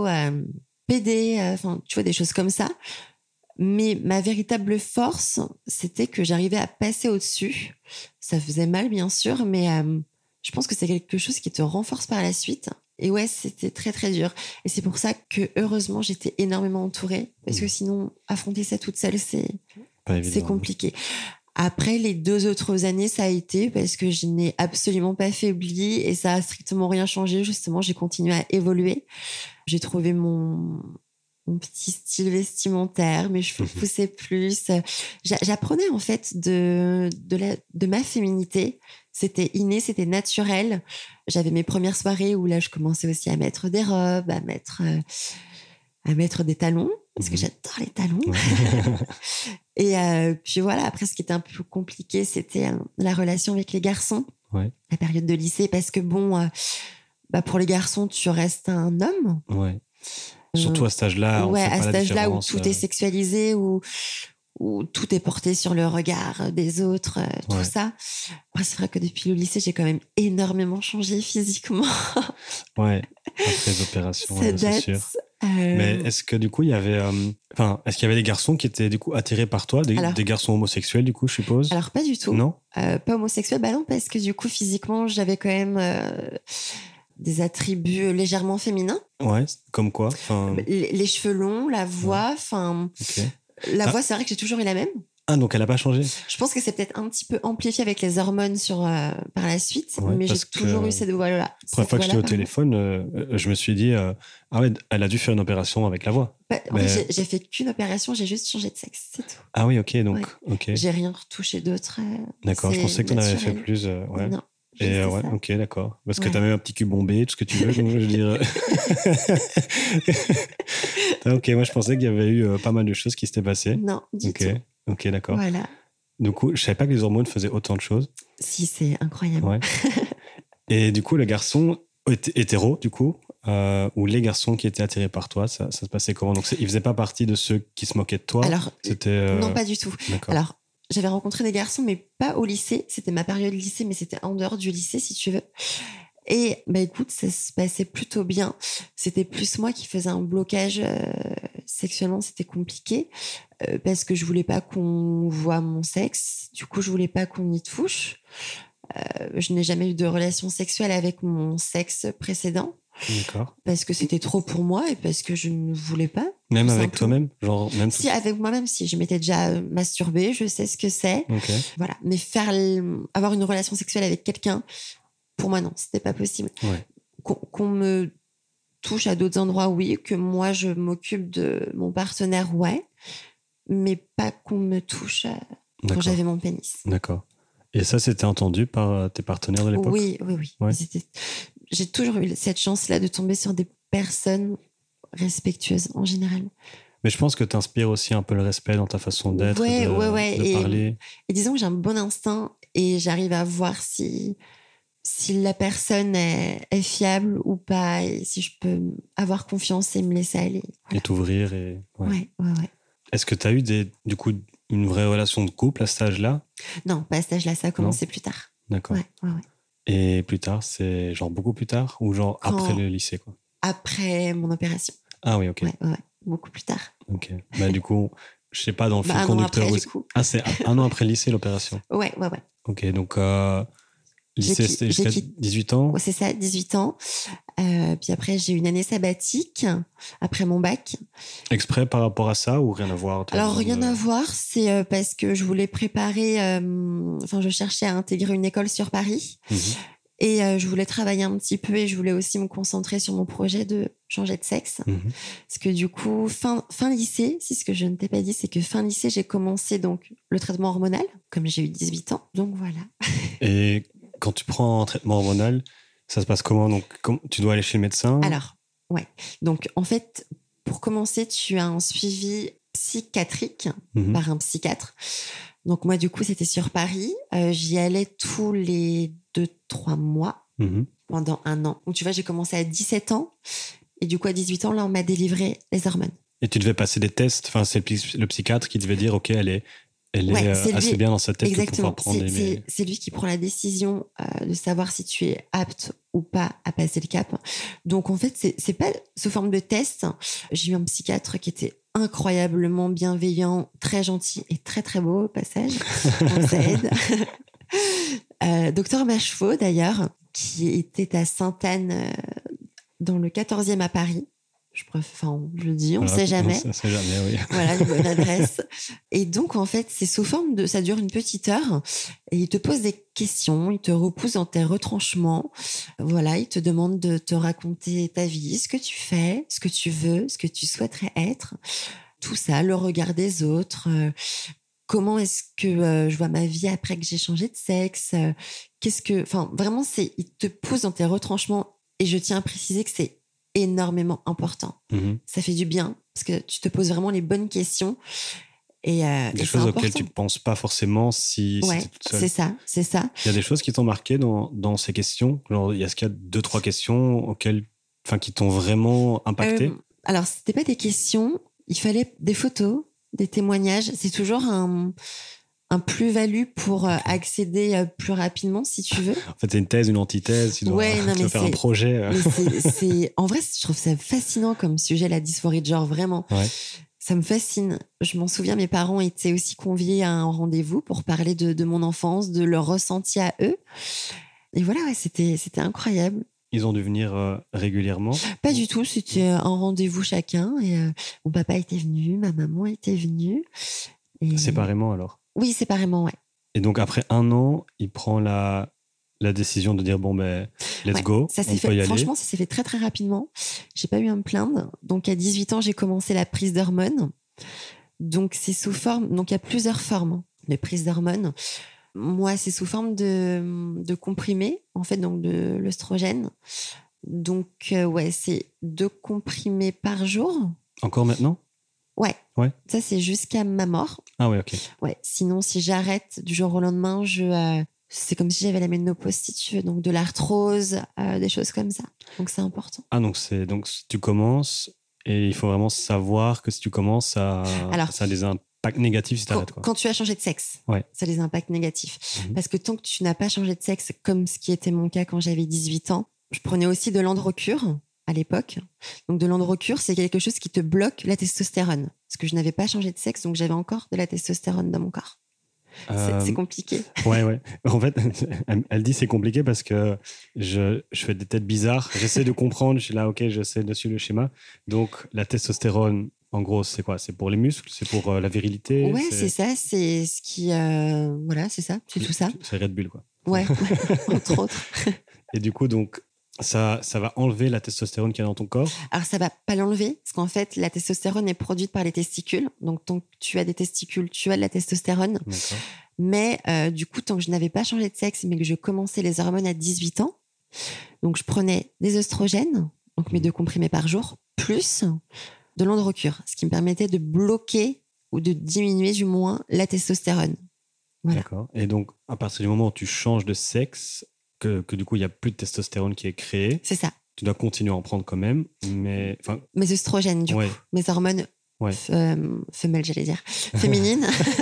PD, enfin, tu vois, des choses comme ça. Mais ma véritable force, c'était que j'arrivais à passer au-dessus. Ça faisait mal, bien sûr, mais je pense que c'est quelque chose qui te renforce par la suite. Et ouais, c'était très, très dur. Et c'est pour ça que, heureusement, j'étais énormément entourée. Parce que sinon, affronter ça toute seule, c'est compliqué. Après, les 2 autres années, ça a été parce que je n'ai absolument pas faibli et ça a strictement rien changé. Justement, j'ai continué à évoluer. J'ai trouvé mon petit style vestimentaire, mes cheveux poussaient plus. J'apprenais en fait de ma féminité. C'était inné, c'était naturel. J'avais mes premières soirées où là, je commençais aussi à mettre des robes, à mettre des talons, parce que j'adore les talons. Et puis voilà, après, ce qui était un peu compliqué, c'était la relation avec les garçons, la période de lycée, parce que bon, pour les garçons, tu restes un homme. Ouais. Surtout à cet âge-là, on fait pas la différence. À cet âge-là où tout est sexualisé, où tout est porté sur le regard des autres, tout ça. Après, c'est vrai que depuis le lycée, j'ai quand même énormément changé physiquement. Ouais, après les opérations, c'est sûr. Mais est-ce que du coup, il y avait... est-ce qu'il y avait des garçons qui étaient du coup attirés par toi, des garçons homosexuels du coup, je suppose? Alors, pas du tout. Non? Pas homosexuel, non, parce que du coup, physiquement, j'avais quand même... des attributs légèrement féminins. Ouais, comme quoi? Les cheveux longs, la voix, la voix, c'est vrai que j'ai toujours eu la même. Ah, donc elle n'a pas changé? Je pense que c'est peut-être un petit peu amplifié avec les hormones par la suite, mais j'ai toujours eu cette voix-là. La première fois que j'étais au téléphone, je me suis dit, ah ouais, elle a dû faire une opération avec la voix. En fait, j'ai fait qu'une opération, j'ai juste changé de sexe, c'est tout. Ah oui, ok, donc, ok. J'ai rien retouché d'autre. D'accord, je pensais que tu en avais fait plus. Non. Et ouais, ça. Ok, d'accord. Parce que tu as même un petit cul bombé, tout ce que tu veux, donc je veux dire. Ok, moi je pensais qu'il y avait eu pas mal de choses qui s'étaient passées. Non, du tout. Ok, d'accord. Voilà. Du coup, je savais pas que les hormones faisaient autant de choses. Si, c'est incroyable. Ouais. Et du coup, le garçon hétéro, du coup, ou les garçons qui étaient attirés par toi, ça se passait comment? Donc, ils faisaient pas partie de ceux qui se moquaient de toi? Alors, non, pas du tout. D'accord. Alors, j'avais rencontré des garçons, mais pas au lycée. C'était ma période lycée, mais c'était en dehors du lycée, si tu veux. Et écoute, ça se passait plutôt bien. C'était plus moi qui faisais un blocage sexuellement, c'était compliqué parce que je voulais pas qu'on voit mon sexe. Du coup, je voulais pas qu'on y touche. Je n'ai jamais eu de relation sexuelle avec mon sexe précédent. D'accord. parce que c'était trop pour moi et parce que je ne voulais pas. Même tout avec simplement. toi-même? Genre, même Si, avec moi-même, si. Je m'étais déjà masturbée, je sais ce que c'est. Ok. Voilà. Mais avoir une relation sexuelle avec quelqu'un, pour moi, non, c'était pas possible. Ouais. Qu'on me touche à d'autres endroits, oui. Que moi, je m'occupe de mon partenaire, ouais. Mais pas qu'on me touche quand D'accord. j'avais mon pénis. D'accord. Et ça, c'était entendu par tes partenaires de l'époque? Oui, oui, oui. Ouais. J'ai toujours eu cette chance-là de tomber sur des personnes respectueuses en général. Mais je pense que tu inspires aussi un peu le respect dans ta façon d'être, Ouais. de parler. Et disons que j'ai un bon instinct et j'arrive à voir si la personne est fiable ou pas et si je peux avoir confiance et me laisser aller. Et t'ouvrir. Ouais. Est-ce que tu as eu du coup, une vraie relation de couple à cet âge-là? Non, pas à cet âge-là, ça a commencé plus tard. D'accord. Ouais. Et plus tard, c'est genre beaucoup plus tard ou genre après le lycée, quoi? Après mon opération. Ah oui, ok. Ouais. Beaucoup plus tard. Ok. Bah, du coup, je sais pas, dans le fil un conducteur. an après, du coup. Ah, c'est un an après le lycée, l'opération. Ouais. Ok, donc lycée, c'était jusqu'à 18 ans? Ouais, c'est ça, 18 ans. Puis après, j'ai eu une année sabbatique après mon bac. Exprès par rapport à ça ou rien à voir? Alors, rien à voir, c'est parce que je voulais préparer... je cherchais à intégrer une école sur Paris. Et je voulais travailler un petit peu et je voulais aussi me concentrer sur mon projet de changer de sexe. Parce que du coup, fin lycée, si ce que je ne t'ai pas dit, c'est que fin lycée, j'ai commencé donc le traitement hormonal, comme j'ai eu 18 ans. Donc voilà. Et quand tu prends un traitement hormonal, ça se passe comment? Donc, tu dois aller chez le médecin? Alors, ouais. Donc, en fait, pour commencer, tu as un suivi psychiatrique par un psychiatre. Donc, moi, du coup, c'était sur Paris. J'y allais tous les 2-3 mois pendant un an. Donc, tu vois, j'ai commencé à 17 ans. Et du coup, à 18 ans, là, on m'a délivré les hormones. Et tu devais passer des tests. Enfin, c'est le psychiatre qui devait dire, OK, elle est assez bien dans sa tête pour pouvoir prendre c'est lui qui prend la décision de savoir si tu es apte ou pas à passer le cap. Donc, en fait, c'est pas sous forme de test. J'ai eu un psychiatre qui était incroyablement bienveillant, très gentil et très, très beau au passage. Donc, ça aide. Docteur Macheveau, d'ailleurs, qui était à Sainte-Anne, dans le 14e à Paris. Je le dis, on ne sait jamais. On ne sait jamais, oui. Voilà, une bonne adresse. Et donc, en fait, c'est sous forme de... Ça dure une petite heure. Et il te pose des questions, il te repousse dans tes retranchements. Voilà, il te demande de te raconter ta vie, ce que tu fais, ce que tu veux, ce que tu souhaiterais être. Tout ça, le regard des autres. Comment est-ce que je vois ma vie après que j'ai changé de sexe? Vraiment, il te pousse dans tes retranchements. Et je tiens à préciser que c'est énormément important. Ça fait du bien parce que tu te poses vraiment les bonnes questions. Et des choses auxquelles tu ne penses pas forcément si tu es toute seule. C'est ça. Il y a des choses qui t'ont marqué dans ces questions? Genre, est-ce qu'il y a 2-3 questions qui t'ont vraiment impacté? Alors, c'était pas des questions. Il fallait des photos, des témoignages. C'est toujours un plus-value pour accéder plus rapidement, si tu veux. En fait, c'est une thèse, une antithèse. Tu dois faire un projet. En vrai, je trouve ça fascinant comme sujet, la dysphorie de genre, vraiment. Ouais. Ça me fascine. Je m'en souviens, mes parents étaient aussi conviés à un rendez-vous pour parler de mon enfance, de leur ressenti à eux. Et voilà, c'était incroyable. Ils ont dû venir régulièrement? Pas du tout, c'était un rendez-vous chacun. Et mon papa était venu, ma maman était venue. Et... Séparément alors? Oui, séparément, ouais. Et donc, après un an, il prend la décision de dire, let's go, ça s'est fait, franchement, ça s'est fait très, très rapidement. J'ai pas eu à me plaindre. Donc, à 18 ans, j'ai commencé la prise d'hormones. Donc, c'est sous forme... Donc, il y a plusieurs formes de prise d'hormones. Moi, c'est sous forme de comprimés, en fait, donc de l'œstrogène. Donc, c'est 2 comprimés par jour. Encore maintenant? Ouais. Ça, c'est jusqu'à ma mort. Ah ouais, ok. Ouais. Sinon, si j'arrête du jour au lendemain, c'est comme si j'avais la ménopause, si tu veux. Donc, de l'arthrose, des choses comme ça. Donc, c'est important. Ah, donc tu commences et il faut vraiment savoir que si tu commences, ça a des impacts négatifs si tu arrêtes. Quand tu as changé de sexe, ça a des impacts négatifs. Parce que tant que tu n'as pas changé de sexe, comme ce qui était mon cas quand j'avais 18 ans, je prenais aussi de l'androcure à l'époque. Donc, de l'androcure, c'est quelque chose qui te bloque la testostérone. Parce que je n'avais pas changé de sexe, donc j'avais encore de la testostérone dans mon corps. C'est compliqué. Ouais. En fait, elle dit c'est compliqué parce que je fais des têtes bizarres. J'essaie de comprendre. Je suis là, ok, j'essaie de suivre le schéma. Donc, la testostérone, en gros, c'est quoi? C'est pour les muscles? C'est pour la virilité? Ouais, c'est ça. C'est ce qui. Voilà, c'est ça. C'est tout ça. C'est Red Bull, quoi. Ouais, entre autres. Et du coup, donc, ça va enlever la testostérone qu'il y a dans ton corps? Alors, ça va pas l'enlever, parce qu'en fait, la testostérone est produite par les testicules. Donc, tant que tu as des testicules, tu as de la testostérone. D'accord. Mais du coup, tant que je n'avais pas changé de sexe, mais que je commençais les hormones à 18 ans, donc je prenais des œstrogènes, donc mes 2 comprimés par jour, plus de l'androcure, ce qui me permettait de bloquer ou de diminuer du moins la testostérone. Voilà. D'accord. Et donc, à partir du moment où tu changes de sexe, que du coup, il n'y a plus de testostérone qui est créée, C'est ça. tu dois continuer à en prendre quand même, mais... Mes œstrogènes, du Ouais. coup, mes hormones Ouais. femelles, j'allais dire, féminines.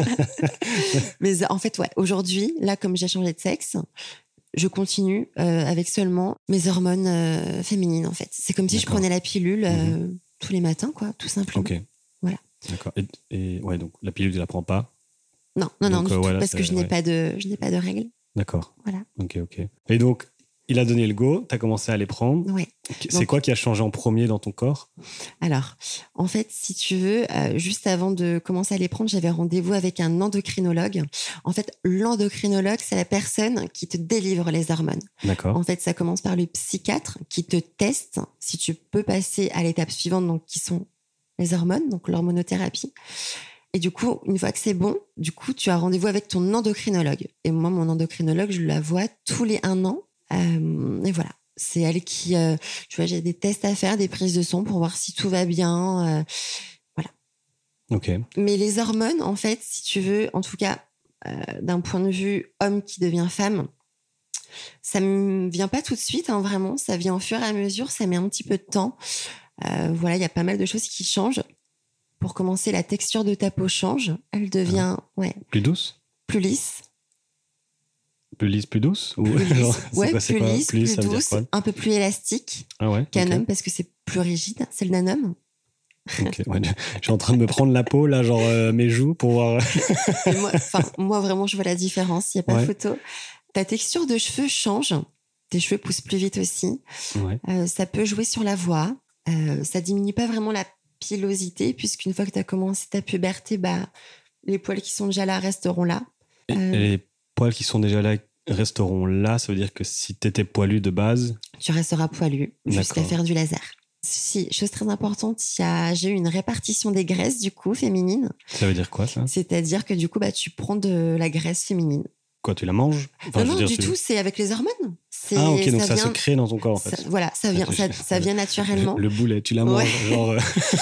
Mais en fait, ouais, aujourd'hui, là, comme j'ai changé de sexe, je continue avec seulement mes hormones féminines, en fait. C'est comme si je D'accord. prenais la pilule tous les matins, quoi, tout simplement. Ok. Voilà. D'accord. Et ouais, donc la pilule, tu la prends pas? Non, Donc, du tout, voilà, parce que je n'ai pas de règles. D'accord. Voilà. Ok. Et donc, il a donné le go, tu as commencé à les prendre. Ouais. C'est Donc, quoi qui a changé en premier dans ton corps? alors, en fait, si tu veux, juste avant de commencer à les prendre, j'avais rendez-vous avec un endocrinologue. En fait, l'endocrinologue, c'est la personne qui te délivre les hormones. D'accord. En fait, ça commence par le psychiatre qui te teste si tu peux passer à l'étape suivante, donc qui sont les hormones, donc l'hormonothérapie. Et du coup, une fois que c'est bon, du coup, tu as rendez-vous avec ton endocrinologue. Et moi, mon endocrinologue, je la vois tous les 1 an. Et voilà. C'est elle qui, tu vois, j'ai des tests à faire, des prises de sang pour voir si tout va bien. Voilà. Ok. Mais les hormones, en fait, si tu veux, en tout cas, d'un point de vue homme qui devient femme, ça me vient pas tout de suite, hein, vraiment. Ça vient au fur et à mesure, ça met un petit peu de temps. Voilà, il y a pas mal de choses qui changent. Pour commencer, la texture de ta peau change. Elle devient Plus douce? plus lisse. Plus lisse, plus douce? Ou Plus lisse, genre, ouais, plus lisse, plus ça veut dire douce, quoi? un peu plus élastique Ah ouais? qu'un Ok. homme parce que c'est plus rigide, c'est d'un homme. Ok, ouais, je suis en train de me prendre la peau, là, genre mes joues pour voir. Et moi, vraiment, je vois la différence, il n'y a pas Ouais. photo. Ta texture de cheveux change, tes cheveux poussent plus vite aussi. Ouais. Ça peut jouer sur la voix, ça diminue pas vraiment la pilosité, puisqu'une fois que tu as commencé ta puberté, les poils qui sont déjà là resteront là. Et les poils qui sont déjà là resteront là, ça veut dire que si tu étais poilu de base... Tu resteras poilu jusqu'à D'accord. faire du laser. Si, chose très importante, j'ai eu une répartition des graisses, du coup, féminines. Ça veut dire quoi, ça? C'est-à-dire que, du coup, tu prends de la graisse féminine. Quoi, tu la manges? Enfin, je veux non, dire, du tout, c'est avec les hormones. Ah, ok, donc ça se crée dans ton corps, en fait. Voilà, ça vient naturellement. Le boulet, tu la manges, Ouais. genre...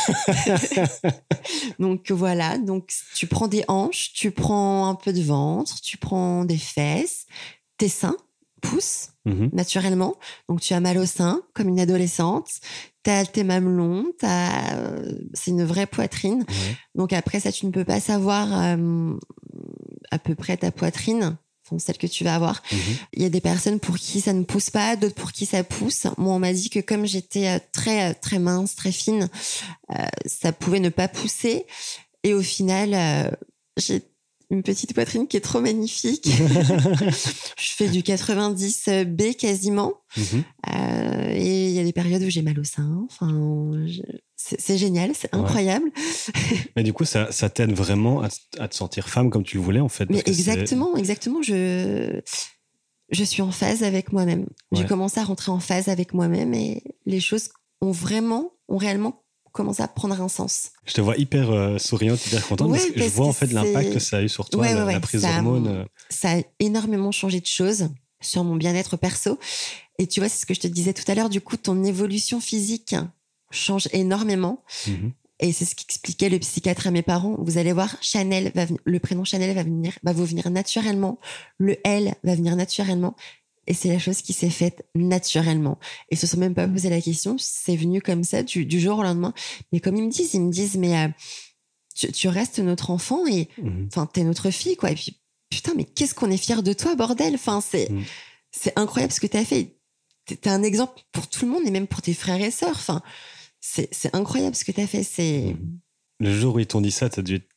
Donc, voilà. Donc, tu prends des hanches, tu prends un peu de ventre, tu prends des fesses, tes seins poussent naturellement. Donc, tu as mal au sein, comme une adolescente. T'as tes mamelons, c'est une vraie poitrine. Ouais. Donc, après ça, tu ne peux pas savoir à peu près ta poitrine. Enfin, celle que tu vas avoir. Il y a des personnes pour qui ça ne pousse pas, d'autres pour qui ça pousse. Moi, on m'a dit que comme j'étais très, très mince, très fine, ça pouvait ne pas pousser. Et au final, j'ai une petite poitrine qui est trop magnifique. Je fais du 90B quasiment. Et il y a des périodes où j'ai mal au sein. Enfin, c'est génial, c'est incroyable. Ouais. Mais du coup, ça t'aide vraiment à te sentir femme comme tu le voulais, en fait. Mais exactement. Je suis en phase avec moi-même. Ouais. J'ai commencé à rentrer en phase avec moi-même et les choses ont réellement commencé à prendre un sens. Je te vois hyper souriante, hyper contente, parce que je vois en fait l'impact que ça a eu sur toi, la prise d'hormones. Ça a énormément changé de choses sur mon bien-être perso. Et tu vois, c'est ce que je te disais tout à l'heure, du coup, ton évolution physique change énormément. Et c'est ce qu'expliquait le psychiatre à mes parents. Vous allez voir, le prénom Chanel va vous venir naturellement. Le L va venir naturellement. Et c'est la chose qui s'est faite naturellement. Et ils se sont même pas posé la question. C'est venu comme ça du jour au lendemain. Mais comme ils me disent, mais tu restes notre enfant et enfin, t'es notre fille, quoi. Et puis, putain, mais qu'est-ce qu'on est fiers de toi, bordel. Enfin, c'est incroyable ce que t'as fait. T'es un exemple pour tout le monde et même pour tes frères et sœurs. Enfin, c'est incroyable ce que t'as fait. Le jour où ils t'ont dit ça, t'as dû être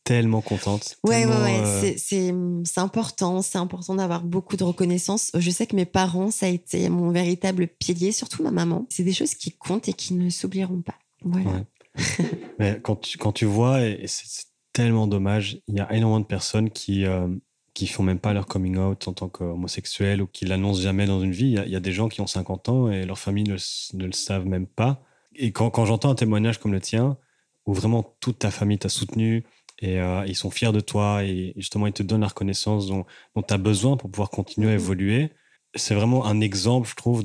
tellement contente. Ouais, Tellement, c'est important. C'est important d'avoir beaucoup de reconnaissance. Je sais que mes parents, ça a été mon véritable pilier, surtout ma maman. C'est des choses qui comptent et qui ne s'oublieront pas. Voilà. Ouais. Mais quand tu vois, et c'est tellement dommage, il y a énormément de personnes qui font même pas leur coming out en tant qu'homosexuels ou qui l'annoncent jamais dans une vie. Il y a des gens qui ont 50 ans et leur famille ne le savent même pas. Et quand j'entends un témoignage comme le tien, où vraiment toute ta famille t'a soutenu et ils sont fiers de toi et justement ils te donnent la reconnaissance dont tu as besoin pour pouvoir continuer à évoluer, c'est vraiment un exemple, je trouve,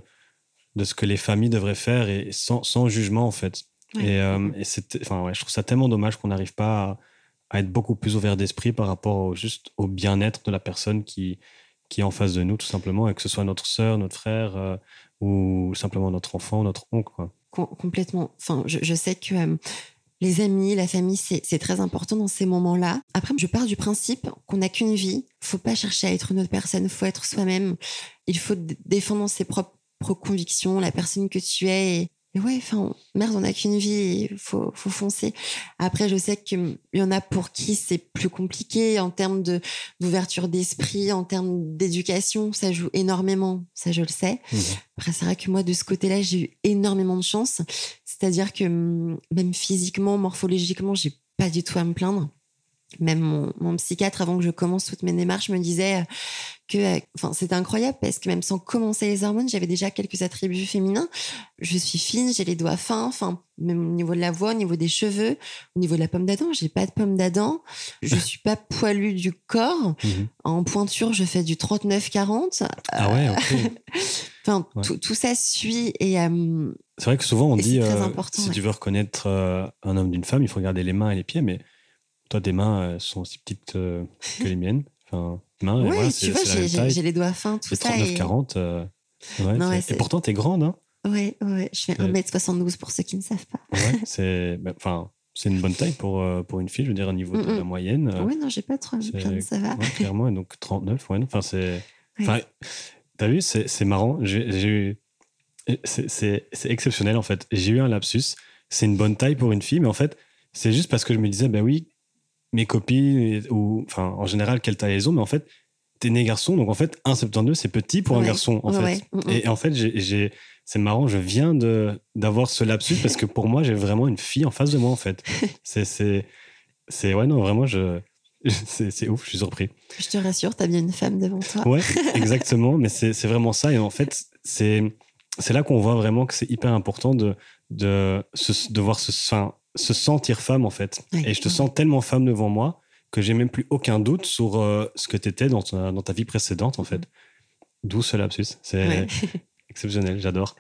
de ce que les familles devraient faire et sans jugement en fait. Ouais. Je trouve ça tellement dommage qu'on n'arrive pas à être beaucoup plus ouvert d'esprit par rapport juste au bien-être de la personne qui est en face de nous, tout simplement, et que ce soit notre sœur, notre frère ou simplement notre enfant, notre oncle, quoi. Complètement. Enfin, je sais que les amis, la famille, c'est très important dans ces moments-là. Après, je pars du principe qu'on n'a qu'une vie. Faut pas chercher à être une autre personne. Faut être soi-même. Il faut défendre ses propres convictions, la personne que tu es. Et ouais, enfin, merde, on n'a qu'une vie. Il faut foncer. Après, je sais qu'il y en a pour qui c'est plus compliqué en termes d'ouverture d'esprit, en termes d'éducation. Ça joue énormément. Ça, je le sais. Après, c'est vrai que moi, de ce côté-là, j'ai eu énormément de chance. C'est-à-dire que même physiquement, morphologiquement, j'ai pas du tout à me plaindre. Même mon psychiatre, avant que je commence toutes mes démarches, me disait que c'était incroyable parce que même sans commencer les hormones, j'avais déjà quelques attributs féminins. Je suis fine, j'ai les doigts fins, même au niveau de la voix, au niveau des cheveux, au niveau de la pomme d'Adam, j'ai pas de pomme d'Adam. Je suis pas poilue du corps. En pointure, je fais du 39-40. Ah ouais, ok. Tout ça suit et c'est vrai que souvent on dit important, si tu veux reconnaître un homme d'une femme, il faut regarder les mains et les pieds, mais toi, tes mains sont aussi petites que les miennes. Enfin, mains, ouais, et voilà, tu vois, j'ai les doigts fins, tout ça. 39-40. Et pourtant, t'es grande, hein. Ouais, je fais 1m72 pour ceux qui ne savent pas. Ouais, c'est une bonne taille pour une fille, je veux dire, au niveau de la moyenne. Ouais, non, j'ai pas trop plein, ça va. Ouais, clairement, et donc 39, ouais. Enfin, c'est... Enfin, t'as vu, c'est marrant. J'ai eu... C'est exceptionnel, en fait. J'ai eu un lapsus. C'est une bonne taille pour une fille, mais en fait, c'est juste parce que je me disais, ben oui, mes copines, ou enfin, en général, quelle taille elles ont, mais en fait, t'es né garçon, donc en fait, 1,72, c'est petit pour un garçon, en fait. Et en fait, c'est marrant, je viens d'avoir ce lapsus parce que pour moi, j'ai vraiment une fille en face de moi, en fait. Ouais, non, vraiment, c'est ouf, je suis surpris. Je te rassure, t'as bien une femme devant toi. Ouais, exactement, mais c'est vraiment ça. Et en fait, c'est là qu'on voit vraiment que c'est hyper important de voir se sentir femme, en fait. Oui, et je te sens tellement femme devant moi que j'ai même plus aucun doute sur ce que tu étais dans ta vie précédente, en fait. D'où ce lapsus. C'est exceptionnel, j'adore.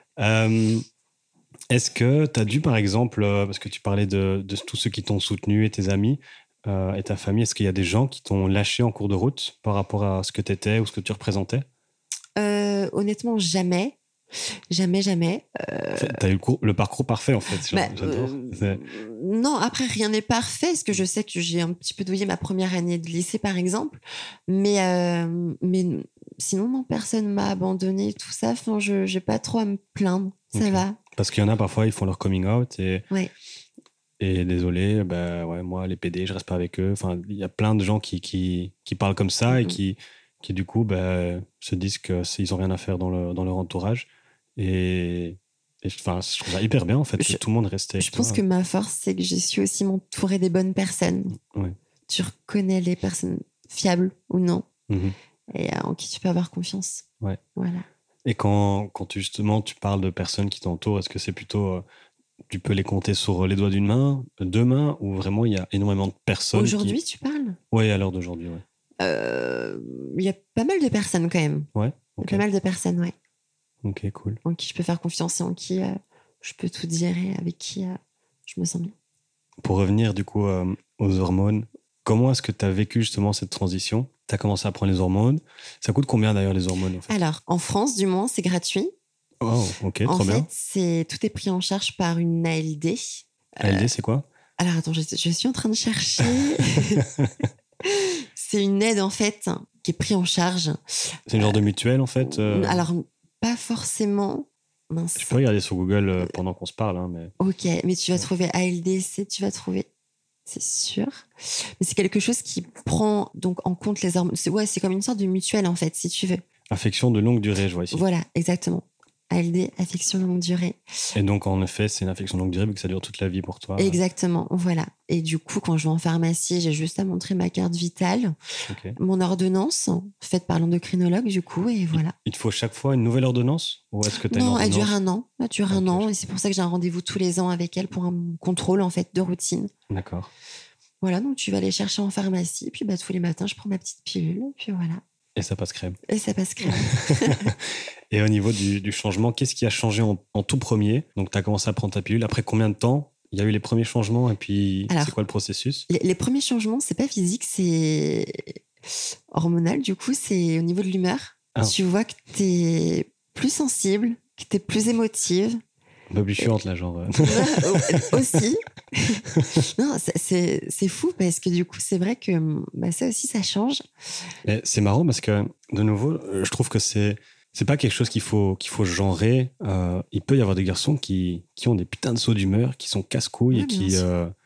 Est-ce que tu as dû, par exemple, parce que tu parlais de tous ceux qui t'ont soutenu et tes amis et ta famille, est-ce qu'il y a des gens qui t'ont lâché en cours de route par rapport à ce que tu étais ou ce que tu représentais ? Honnêtement, jamais. Jamais. T'as eu le parcours parfait, en fait. J'adore. Non, après, rien n'est parfait, parce que je sais que j'ai un petit peu douillé ma première année de lycée, par exemple. Mais sinon, non, personne m'a abandonné, tout ça. Enfin, je n'ai pas trop à me plaindre. Ça va. Parce qu'il y en a, parfois, ils font leur coming out et désolé, moi, les PD, je reste pas avec eux. Enfin, il y a plein de gens qui parlent comme ça et qui du coup, se disent qu'ils n'ont rien à faire dans leur entourage. Et je trouve ça hyper bien, en fait, que tout le monde reste avec toi. Je pense que ma force, c'est que j'ai su aussi m'entourer des bonnes personnes. Ouais. Tu reconnais les personnes fiables ou non, et en qui tu peux avoir confiance. Ouais. Voilà. Et quand justement tu parles de personnes qui t'entourent, est-ce que c'est plutôt... tu peux les compter sur les doigts d'une main, deux mains, ou vraiment il y a énormément de personnes Aujourd'hui, tu parles ? Oui, à l'heure d'aujourd'hui, ouais. Il y a pas mal de personnes quand même. Ouais, okay. Pas mal de personnes, ouais. Ok, cool. En qui je peux faire confiance et en qui je peux tout dire et avec qui je me sens bien. Pour revenir du coup aux hormones, comment est-ce que tu as vécu justement cette transition ? Tu as commencé à prendre les hormones. Ça coûte combien d'ailleurs les hormones, en fait ? Alors, en France, du moins, c'est gratuit. Oh, ok, trop bien. En fait, tout est pris en charge par une ALD. ALD, c'est quoi ? Alors, attends, je suis en train de chercher. C'est une aide, en fait, qui est prise en charge. C'est une genre de mutuelle, en fait Alors, pas forcément. Mince. Je peux regarder sur Google pendant qu'on se parle. Hein, mais... Ok, mais tu vas trouver ALDC, tu vas trouver. c'est sûr. Mais c'est quelque chose qui prend donc en compte les hormones. C'est comme une sorte de mutuelle, en fait, si tu veux. Affection de longue durée, je vois ici. Voilà, exactement. ALD, affection longue durée. Et donc, en effet, c'est une affection longue durée vu que ça dure toute la vie pour toi. Exactement, voilà. Et du coup, quand je vais en pharmacie, j'ai juste à montrer ma carte vitale, mon ordonnance, faite par l'endocrinologue, du coup, et voilà. Il te faut chaque fois une nouvelle ordonnance? Ou est-ce que tu as une ordonnance? Non, elle dure un an. Elle dure un an, et c'est pour ça que j'ai un rendez-vous tous les ans avec elle pour un contrôle, en fait, de routine. D'accord. Voilà, donc tu vas aller chercher en pharmacie, puis tous les matins, je prends ma petite pilule, puis voilà. Et ça passe crème. Et ça passe crème. Et au niveau du changement, qu'est-ce qui a changé en tout premier? Donc, tu as commencé à prendre ta pilule. Après combien de temps il y a eu les premiers changements? Et puis, c'est quoi le processus? Les premiers changements, c'est pas physique, c'est hormonal. Du coup, c'est au niveau de l'humeur. Ah. Tu vois que tu es plus sensible, que tu es plus émotive. Un peu plus chiante, là, genre. Aussi. Non, c'est fou parce que du coup, c'est vrai que ça aussi, ça change. Et c'est marrant parce que, de nouveau, je trouve que c'est pas quelque chose qu'il faut genrer. Il peut y avoir des garçons qui ont des putains de sauts d'humeur, qui sont casse-couilles et qui...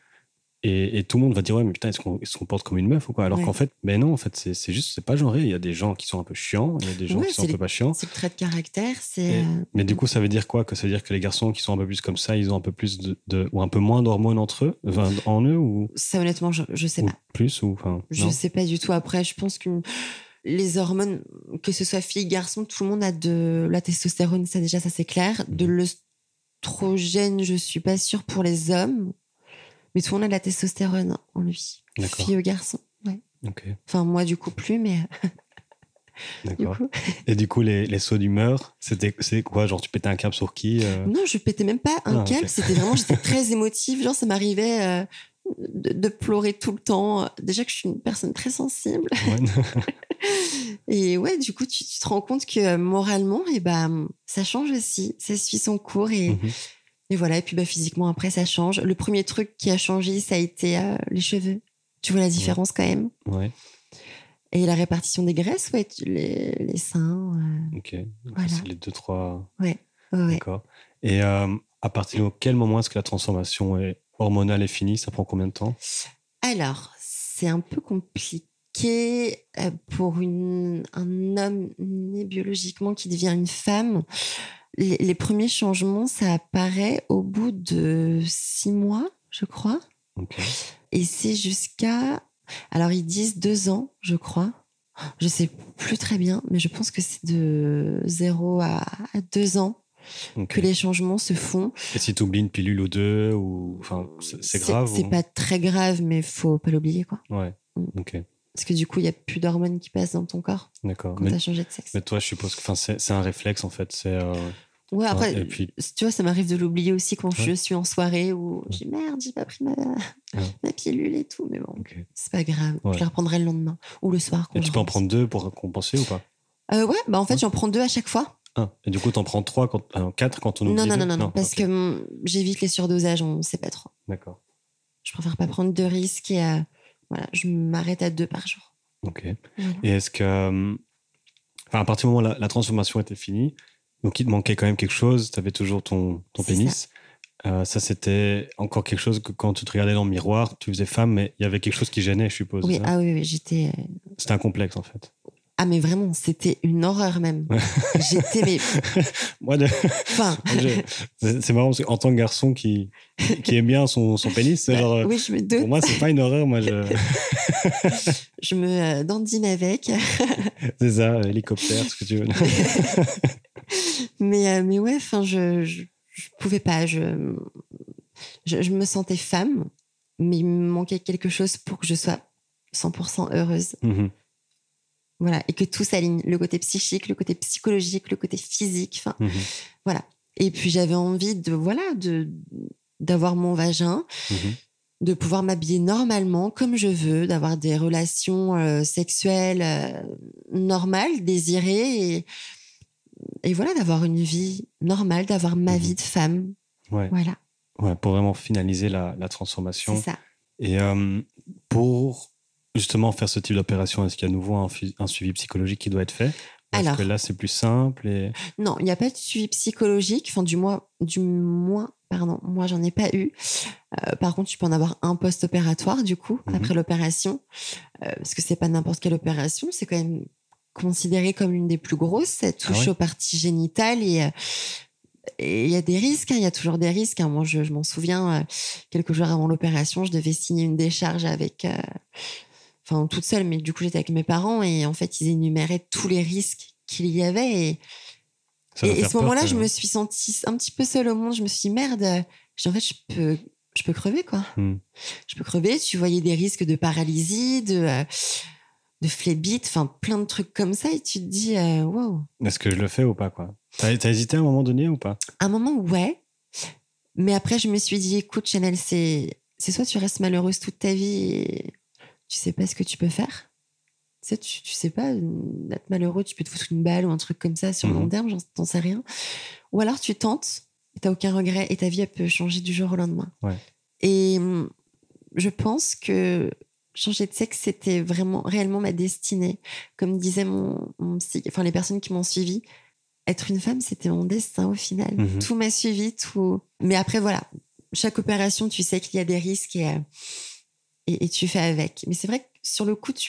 Et tout le monde va dire, ouais, mais putain, est-ce qu'on se comporte comme une meuf ou quoi? Alors qu'en fait, non, en fait, c'est juste, c'est pas genré. Il y a des gens qui sont un peu chiants, il y a des gens qui sont un peu pas chiants. C'est le trait de caractère. Mais du coup, ça veut dire quoi? Que ça veut dire que les garçons qui sont un peu plus comme ça, ils ont un peu plus ou un peu moins d'hormones en eux ou... Ça, honnêtement, je sais pas. Plus ou je sais pas du tout. Après, je pense que les hormones, que ce soit fille, garçon, tout le monde a de la testostérone, ça déjà, ça c'est clair. De l'œstrogène, je suis pas sûre pour les hommes. Mais tout le monde a de la testostérone en lui. D'accord. Fille ou garçon, ouais. Okay. Enfin, moi, du coup, plus, mais... D'accord. Et du coup, les sauts d'humeur, c'est quoi? Genre, tu pétais un câble sur qui? Non, je pétais même pas un câble. Okay. C'était vraiment... J'étais très émotive. Genre, ça m'arrivait de pleurer tout le temps. Déjà que je suis une personne très sensible. Ouais. Et ouais, du coup, tu te rends compte que moralement, ça change aussi. Ça suit son cours et... Et voilà, et puis physiquement, après, ça change. Le premier truc qui a changé, ça a été les cheveux. Tu vois la différence quand même? Ouais. Et la répartition des graisses, ouais, les seins. Ok, voilà. C'est les 2-3... Ouais. D'accord. Et à partir de quel moment est-ce que la transformation hormonale est finie? Ça prend combien de temps? Alors, c'est un peu compliqué pour un homme né biologiquement qui devient une femme. Les premiers changements, ça apparaît au bout de 6 mois, je crois. Okay. Et c'est jusqu'à... Alors, ils disent 2 ans, je crois. Je ne sais plus très bien, mais je pense que c'est de 0 à 2 ans que les changements se font. Et si tu oublies une pilule ou deux, c'est grave? C'est pas très grave, mais il ne faut pas l'oublier, quoi. Ouais, ok. Parce que du coup, il n'y a plus d'hormones qui passent dans ton corps. D'accord. Quand tu as changé de sexe. Mais toi, je suppose que c'est un réflexe, en fait. Ouais, après, puis... tu vois, ça m'arrive de l'oublier aussi quand je suis en soirée où je dis merde, j'ai pas pris ma pilule et tout, mais bon, c'est pas grave. Je la reprendrai le lendemain ou le soir. Et tu peux en prendre 2 pour compenser ou pas? Ouais, en fait, j'en prends 2 à chaque fois. Et du coup, t'en prends 4 quand on oublie? Non, parce que j'évite les surdosages, on sait pas trop. D'accord. Je préfère pas prendre de risques et voilà, je m'arrête à 2 par jour. Ok. Voilà. Et est-ce que, à partir du moment où la transformation était finie, donc il te manquait quand même quelque chose, tu avais toujours ton pénis. Ça, c'était encore quelque chose que quand tu te regardais dans le miroir, tu faisais femme, mais il y avait quelque chose qui gênait, je suppose. Oui, oui, j'étais... C'était un complexe, en fait. Ah, mais vraiment, c'était une horreur même. J'étais... Moi, c'est marrant, parce qu'en tant que garçon qui aime bien son pénis, c'est genre... Oui, je me doute. Pour moi, c'est pas une horreur, moi, je me dandine avec. C'est ça, hélicoptère, ce que tu veux. mais ouais, enfin, je pouvais pas. Je me sentais femme, mais il me manquait quelque chose pour que je sois 100% heureuse. Mm-hmm. Voilà, et que tout s'aligne, le côté psychique, le côté psychologique, le côté physique, enfin, voilà. Et puis j'avais envie d'avoir mon vagin, de pouvoir m'habiller normalement comme je veux, d'avoir des relations sexuelles normales, désirées, et voilà, d'avoir une vie normale, d'avoir ma vie de femme. Ouais. Voilà. Ouais, pour vraiment finaliser la transformation. C'est ça. Et pour justement faire ce type d'opération, est-ce qu'il y a à nouveau un suivi psychologique qui doit être fait? Ou est-ce que Alors, là, c'est plus simple et... non, il n'y a pas de suivi psychologique. Enfin, du moins, pardon, moi, j'en ai pas eu. Par contre, tu peux en avoir un post-opératoire, du coup, Mhm. après l'opération. Parce que c'est pas n'importe quelle opération. C'est quand même considéré comme l'une des plus grosses. Ça Ah touche ouais? aux parties génitales et il y a des risques. Il y a toujours des risques. Moi, je m'en souviens, quelques jours avant l'opération, je devais signer une décharge avec, enfin, toute seule, mais du coup, j'étais avec mes parents et en fait, ils énuméraient tous les risques qu'il y avait. Ça doit Et faire ce peur moment-là, quand je même, me hein. suis sentie un petit peu seule au monde. Je me suis dit, merde, en fait, je peux crever, quoi. Hmm. Je peux crever. Tu voyais des risques de paralysie, de phlébite, enfin, plein de trucs comme ça. Et tu te dis, wow. Est-ce que je le fais ou pas, quoi? T'as hésité à un moment donné ou pas? À un moment, ouais. Mais après, je me suis dit, écoute, Chanel, c'est soit tu restes malheureuse toute ta vie et tu sais pas ce que tu peux faire. Tu sais, tu sais pas, être malheureux, tu peux te foutre une balle ou un truc comme ça sur le long Mhm. terme, t'en sais rien. Ou alors tu tentes, et t'as aucun regret et ta vie, elle peut changer du jour au lendemain. Ouais. Et je pense que changer de sexe, c'était vraiment, réellement ma destinée. Comme disait enfin, les personnes qui m'ont suivi, être une femme, c'était mon destin au final. Mhm. Tout m'a suivi, tout. Mais après, voilà, chaque opération, tu sais qu'il y a des risques et tu fais avec. Mais c'est vrai que sur le coup,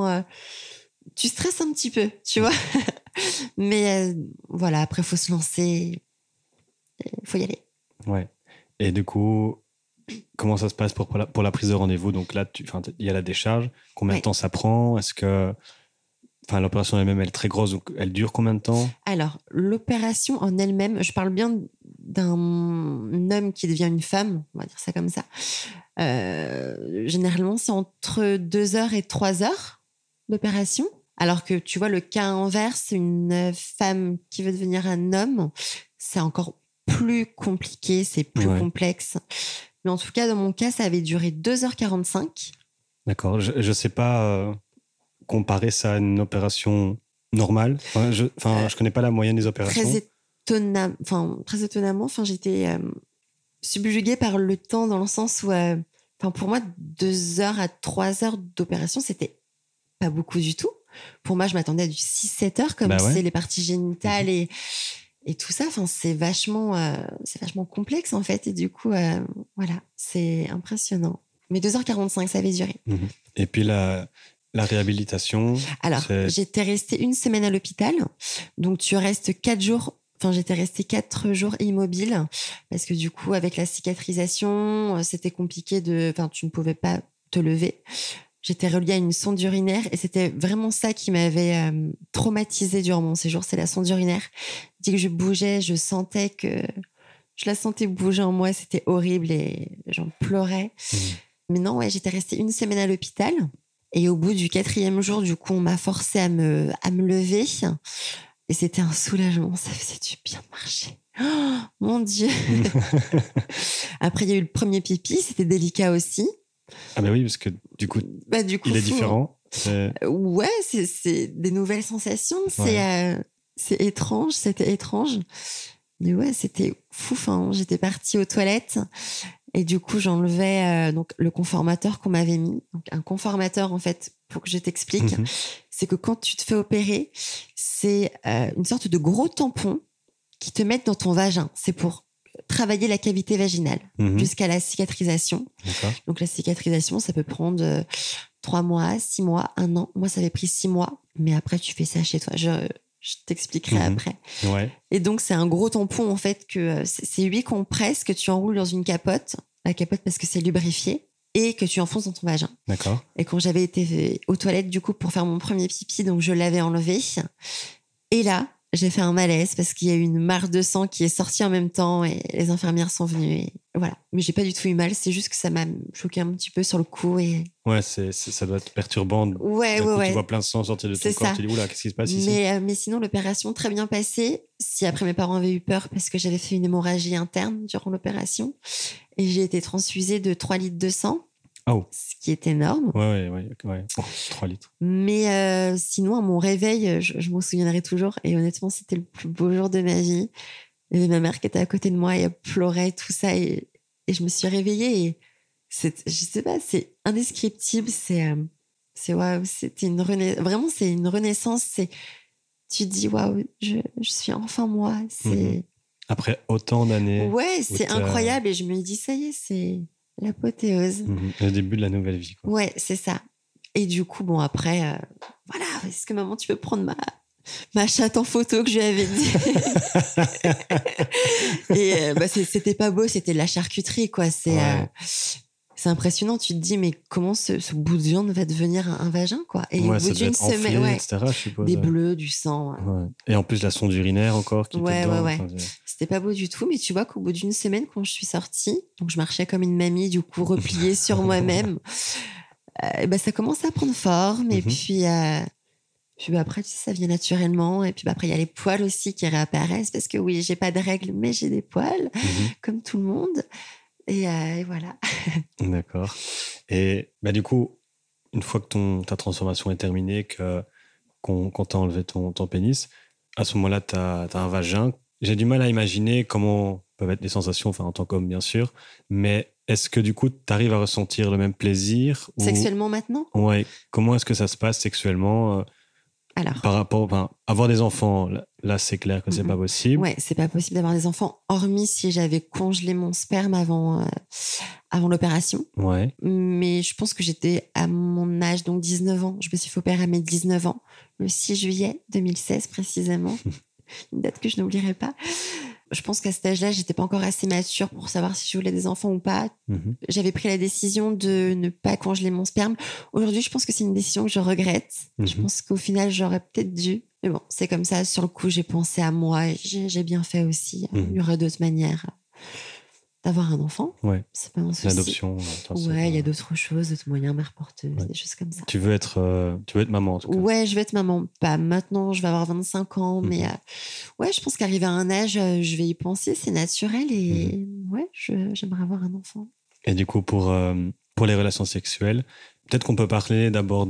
tu stresses un petit peu, tu vois. Mais voilà, après, faut se lancer, faut y aller. Ouais. Et du coup, comment ça se passe pour la prise de rendez-vous? Donc là, il y a la décharge. Combien de Ouais. temps ça prend? Est-ce que... Enfin, l'opération elle-même, elle est très grosse, donc elle dure combien de temps? Alors, l'opération en elle-même, je parle bien d'un homme qui devient une femme, on va dire ça comme ça. Généralement, c'est entre 2 heures et 3 heures d'opération. Alors que tu vois, le cas inverse, une femme qui veut devenir un homme, c'est encore plus compliqué, c'est plus Ouais, complexe. Mais en tout cas, dans mon cas, ça avait duré 2h45. d'accord. Je sais pas comparer ça à une opération normale. Je connais pas la moyenne des Très opérations. très étonnamment, enfin, j'étais subjuguée par le temps dans le sens où, enfin, pour moi, 2 heures à 3 heures d'opération, c'était pas beaucoup du tout. Pour moi, je m'attendais à du 6-7 heures, comme Bah ouais. c'est les parties génitales Mhm. et tout ça. Enfin, c'est vachement complexe, en fait. Et du coup, voilà, c'est impressionnant. Mais 2h45, ça avait duré. Mhm. Et puis la réhabilitation, Alors, c'est... j'étais restée une semaine à l'hôpital. Donc, tu restes 4 jours. Enfin, j'étais restée 4 jours immobile parce que du coup, avec la cicatrisation, c'était compliqué enfin, tu ne pouvais pas te lever. J'étais reliée à une sonde urinaire et c'était vraiment ça qui m'avait traumatisée durant mon séjour, c'est la sonde urinaire. Dès que je bougeais, je la sentais bouger en moi, c'était horrible et j'en pleurais. Mhm. Mais non, ouais, j'étais restée une semaine à l'hôpital et au bout du 4e jour, du coup, on m'a forcée à me lever et c'était un soulagement, ça faisait du bien de marcher. Oh, mon Dieu. Après, il y a eu le premier pipi, c'était délicat aussi. Ah bah oui, parce que du coup, Bah, du coup, il est différent. C'est... Ouais, c'est des nouvelles sensations. Ouais. C'est étrange, c'était étrange. Mais ouais, c'était fou. Enfin, j'étais partie aux toilettes et du coup, j'enlevais donc le conformateur qu'on m'avait mis. Donc, un conformateur, en fait, pour que je t'explique, Mhm. c'est que quand tu te fais opérer, c'est une sorte de gros tampon qui te mettent dans ton vagin. C'est pour travailler la cavité vaginale Mhm. jusqu'à la cicatrisation. D'accord. Donc, la cicatrisation, ça peut prendre 3 mois, 6 mois, un an. Moi, ça avait pris 6 mois. Mais après, tu fais ça chez toi. Je t'expliquerai Mhm. après. Ouais. Et donc, c'est un gros tampon, en fait, que c'est 8 compresses que tu enroules dans une capote. La capote, parce que c'est lubrifié. Et que tu enfonces dans ton vagin. D'accord. Et quand j'avais été aux toilettes, du coup, pour faire mon premier pipi, donc je l'avais enlevé. Et là, j'ai fait un malaise parce qu'il y a eu une mare de sang qui est sortie en même temps et les infirmières sont venues. Et voilà. Mais j'ai pas du tout eu mal. C'est juste que ça m'a choqué un petit peu sur le coup. Et Ouais, ça doit être perturbant. ouais, D'un ouais, coup, tu vois ouais. plein de sang sortir de ton C'est corps. ça. Tu dis, oula, qu'est-ce qui se passe ici? Mais sinon, l'opération très bien passée. Si après mes parents avaient eu peur parce que j'avais fait une hémorragie interne durant l'opération et j'ai été transfusée de 3 litres de sang, Oh, ce qui est énorme. ouais. Oh, 3 litres. Mais sinon, à mon réveil, je m'en souviendrai toujours. Et honnêtement, c'était le plus beau jour de ma vie. Il y avait ma mère qui était à côté de moi et elle pleurait, tout ça. Et je me suis réveillée et je sais pas, c'est indescriptible. Waouh, c'était vraiment, c'est une renaissance. tu te dis, waouh, je suis enfin moi. C'est... Après autant d'années. Ouais, c'est incroyable. Et je me dis, ça y est, c'est l'apothéose. Le début de la nouvelle vie, quoi. Ouais, c'est ça. Et du coup, bon, après, voilà, est-ce que maman, tu peux prendre ma chatte en photo que je lui avais dit. Et c'était pas beau, c'était de la charcuterie, quoi. C'est impressionnant. Tu te dis, mais comment ce bout de viande va devenir un vagin, quoi. Et au bout d'une semaine, etc., je suppose, des bleus, du sang. Ouais. Et en plus, la sonde urinaire encore qui était dedans. Ouais. C'était pas beau du tout, mais tu vois qu'au bout d'une semaine, quand je suis sortie, donc je marchais comme une mamie, du coup, repliée sur moi-même, ça commence à prendre forme. Et puis après, tu sais, ça vient naturellement. Et puis après, il y a les poils aussi qui réapparaissent parce que oui, j'ai pas de règles, mais j'ai des poils, comme tout le monde. Et voilà. D'accord. Et du coup, une fois que ta transformation est terminée, qu'on t'a enlevé ton pénis, à ce moment-là, tu as un vagin. J'ai du mal à imaginer comment peuvent être les sensations, enfin en tant qu'homme, bien sûr. Mais est-ce que du coup, tu arrives à ressentir le même plaisir sexuellement maintenant? Ouais. Comment est-ce que ça se passe sexuellement Alors, par rapport, avoir des enfants, là c'est clair que c'est pas possible. Ouais, c'est pas possible d'avoir des enfants, hormis si j'avais congelé mon sperme avant l'opération. Ouais. Mais je pense que j'étais à mon âge, donc 19 ans. Je me suis fait opérer à mes 19 ans, le 6 juillet 2016 précisément. Une date que je n'oublierai pas. Je pense qu'à cet âge-là, j'étais pas encore assez mature pour savoir si je voulais des enfants ou pas. J'avais pris la décision de ne pas congeler mon sperme. Aujourd'hui, je pense que c'est une décision que je regrette. Je pense qu'au final, j'aurais peut-être dû. Mais bon, c'est comme ça. Sur le coup, j'ai pensé à moi. J'ai bien fait aussi. Il y aurait d'autres manières d'avoir un enfant. Ouais. C'est pas un souci. L'adoption. Ouais, il y a d'autres choses, d'autres moyens, mère porteuse, des choses comme ça. Tu veux être maman, en tout cas. Ouais, je vais être maman. Pas maintenant, je vais avoir 25 ans, mais ouais, je pense qu'arriver à un âge, je vais y penser, c'est naturel et ouais, j'aimerais avoir un enfant. Et du coup, pour les relations sexuelles, peut-être qu'on peut parler d'abord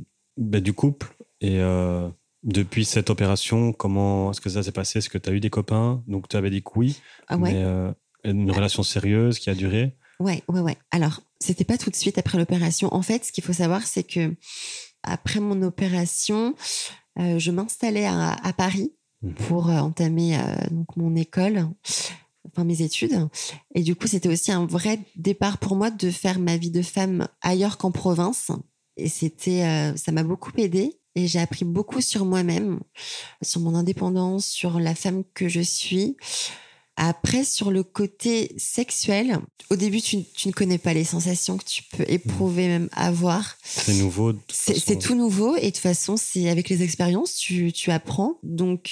du couple et depuis cette opération, comment est-ce que ça s'est passé? Est-ce que tu as eu des copains? Donc, tu avais dit que oui, mais une relation sérieuse qui a duré? Ouais. Alors, c'était pas tout de suite après l'opération. En fait, ce qu'il faut savoir, c'est que après mon opération, je m'installais à Paris pour entamer donc mon école, enfin mes études. Et du coup, c'était aussi un vrai départ pour moi de faire ma vie de femme ailleurs qu'en province. Et ça m'a beaucoup aidée. Et j'ai appris beaucoup sur moi-même, sur mon indépendance, sur la femme que je suis. Après, sur le côté sexuel, au début, tu ne connais pas les sensations que tu peux éprouver, même avoir. C'est nouveau. C'est tout nouveau. Et de toute façon, c'est avec les expériences, tu apprends. Donc,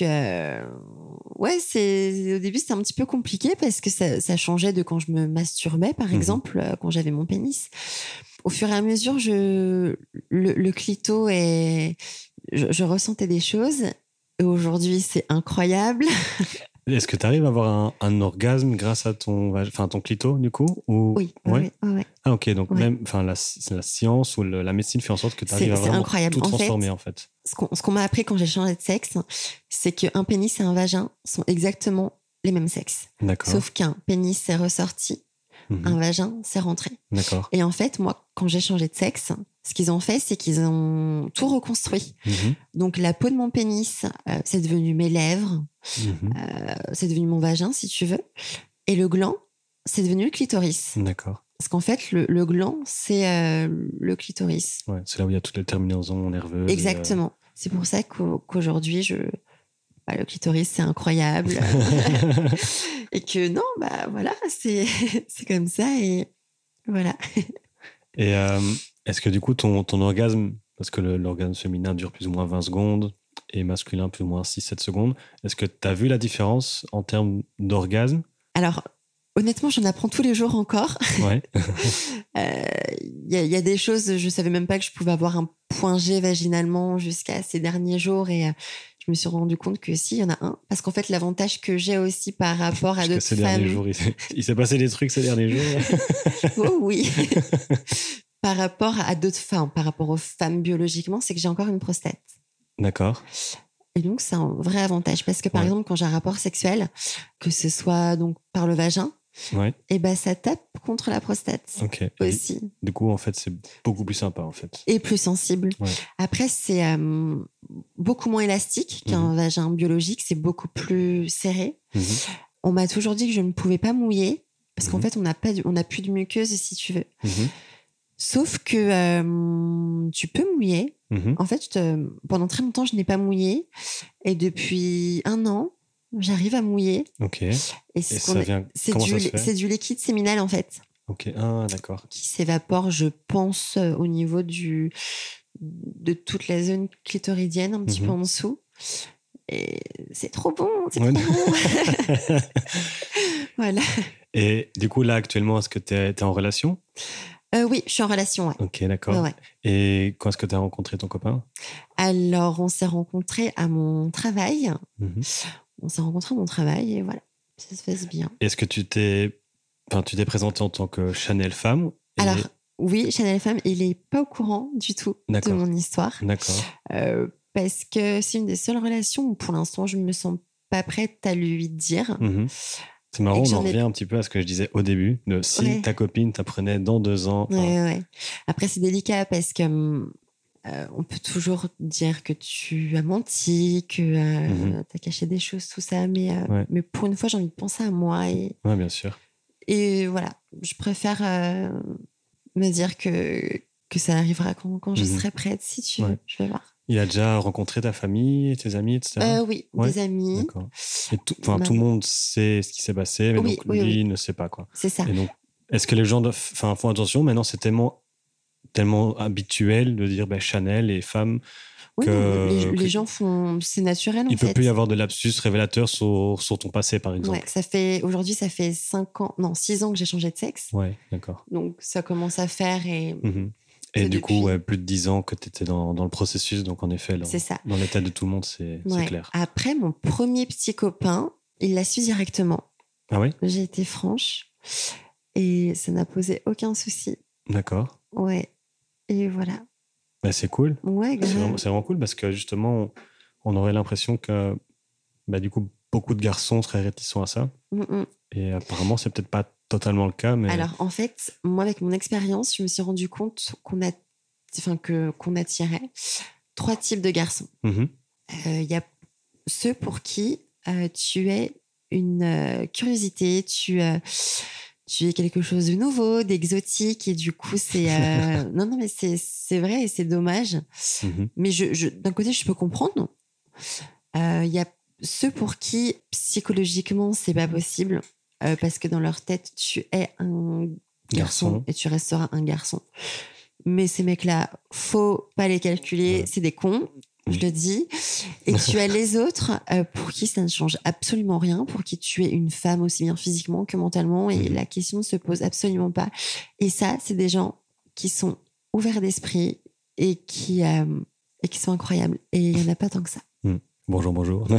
ouais, au début, c'était un petit peu compliqué parce que ça changeait de quand je me masturbais, par exemple, quand j'avais mon pénis. Au fur et à mesure, le clito je ressentais des choses. Et aujourd'hui, c'est incroyable. Est-ce que tu arrives à avoir un orgasme grâce à ton clito, du coup? Oui. Ah, ok. Donc, même la science ou la médecine fait en sorte que tu arrives à vraiment tout transformer, en fait. Ce qu'on m'a appris quand j'ai changé de sexe, c'est qu'un pénis et un vagin sont exactement les mêmes sexes. D'accord. Sauf qu'un pénis s'est ressorti, un vagin s'est rentré. D'accord. Et en fait, moi, quand j'ai changé de sexe, ce qu'ils ont fait, c'est qu'ils ont tout reconstruit. Donc, la peau de mon pénis, c'est devenu mes lèvres, c'est devenu mon vagin, si tu veux. Et le gland, c'est devenu le clitoris. D'accord. Parce qu'en fait, le gland, c'est le clitoris. Ouais, c'est là où il y a toutes les terminaisons nerveuses. Exactement. C'est pour ça qu'aujourd'hui, le clitoris, c'est incroyable. Et que non, voilà, c'est comme ça. Et voilà. Et est-ce que du coup, ton orgasme, parce que l'orgasme féminin dure plus ou moins 20 secondes et masculin plus ou moins 6-7 secondes, est-ce que tu as vu la différence en termes d'orgasme? Alors, honnêtement, j'en apprends tous les jours encore. Ouais. Il y a des choses, je ne savais même pas que je pouvais avoir un point G vaginalement jusqu'à ces derniers jours. Et je me suis rendu compte que si, il y en a un. Parce qu'en fait, l'avantage que j'ai aussi par rapport à d'autres femmes... Derniers jours, il s'est passé des trucs ces derniers jours. Oh oui. Par rapport à d'autres femmes, par rapport aux femmes biologiquement, c'est que j'ai encore une prostate. D'accord. Et donc, c'est un vrai avantage. Parce que, par exemple, quand j'ai un rapport sexuel, que ce soit donc par le vagin, et ça tape contre la prostate aussi. Du coup, en fait, c'est beaucoup plus sympa, en fait. Et plus sensible. Ouais. Après, c'est beaucoup moins élastique qu'un vagin biologique, c'est beaucoup plus serré. On m'a toujours dit que je ne pouvais pas mouiller parce qu'en fait, on n'a plus de muqueuse, si tu veux. Sauf que tu peux mouiller. En fait, pendant très longtemps, je n'ai pas mouillé. Et depuis 1 an, j'arrive à mouiller. Ok. Et c'est c'est du liquide séminal, en fait. Ok, ah, d'accord. Qui s'évapore, je pense, au niveau de toute la zone clitoridienne, un petit peu en dessous. Et c'est trop bon, c'est trop bon. Voilà. Et du coup, là, actuellement, est-ce que tu es en relation? Oui, je suis en relation, ouais. Ok, d'accord. Ouais. Et quand est-ce que tu as rencontré ton copain? Alors, on s'est rencontrés à mon travail. On s'est rencontrés à mon travail et voilà, ça se passe bien. Est-ce que tu t'es présenté en tant que Chanel femme? Alors, oui, Chanel femme, il n'est pas au courant du tout de mon histoire. D'accord. Parce que c'est une des seules relations où, pour l'instant, je ne me sens pas prête à lui dire. C'est marrant, on en revient un petit peu à ce que je disais au début, de si ta copine t'apprenait dans 2 ans. Ouais. Après, c'est délicat parce que on peut toujours dire que tu as menti, que tu as caché des choses, tout ça, mais pour une fois, j'ai envie de penser à moi. Ouais, bien sûr. Et voilà, je préfère me dire que ça arrivera quand je serai prête, si tu veux. Je vais voir. Il a déjà rencontré ta famille, tes amis, etc. Oui, des amis. D'accord. Et tout le monde sait ce qui s'est passé, mais donc lui ne sait pas, quoi. C'est ça. Et donc, est-ce que les gens font attention? Maintenant, c'est tellement habituel de dire Chanel et femme que les gens font... C'est naturel, en fait. Il peut plus y avoir de lapsus révélateur sur ton passé, par exemple. Aujourd'hui, ça fait 6 ans que j'ai changé de sexe. Ouais, d'accord. Donc, ça commence à faire et... Et du coup, plus de 10 ans que tu étais dans le processus. Donc, en effet, c'est ça. Dans l'état de tout le monde, c'est clair. Après, mon premier petit copain, il l'a su directement. Ah oui? J'ai été franche et ça n'a posé aucun souci. D'accord. Ouais. Et voilà. C'est cool. Ouais, c'est vraiment cool parce que justement, on aurait l'impression que du coup, beaucoup de garçons seraient réticents à ça. Et apparemment, c'est peut-être pas totalement le cas. Mais... Alors, en fait, moi, avec mon expérience, je me suis rendu compte qu'on attirait 3 types de garçons. Il y a ceux pour qui tu es une curiosité, tu es quelque chose de nouveau, d'exotique, et du coup, c'est... non, mais c'est vrai et c'est dommage. Mais d'un côté, je peux comprendre. Il y a ceux pour qui, psychologiquement, c'est pas possible, parce que dans leur tête, tu es un garçon et tu resteras un garçon. Mais ces mecs-là, faut pas les calculer, c'est des cons. Je le dis. Et tu as les autres pour qui ça ne change absolument rien, pour qui tu es une femme aussi bien physiquement que mentalement, et la question ne se pose absolument pas. Et ça, c'est des gens qui sont ouverts d'esprit et qui sont incroyables. Et il n'y en a pas tant que ça. Bonjour. Ok,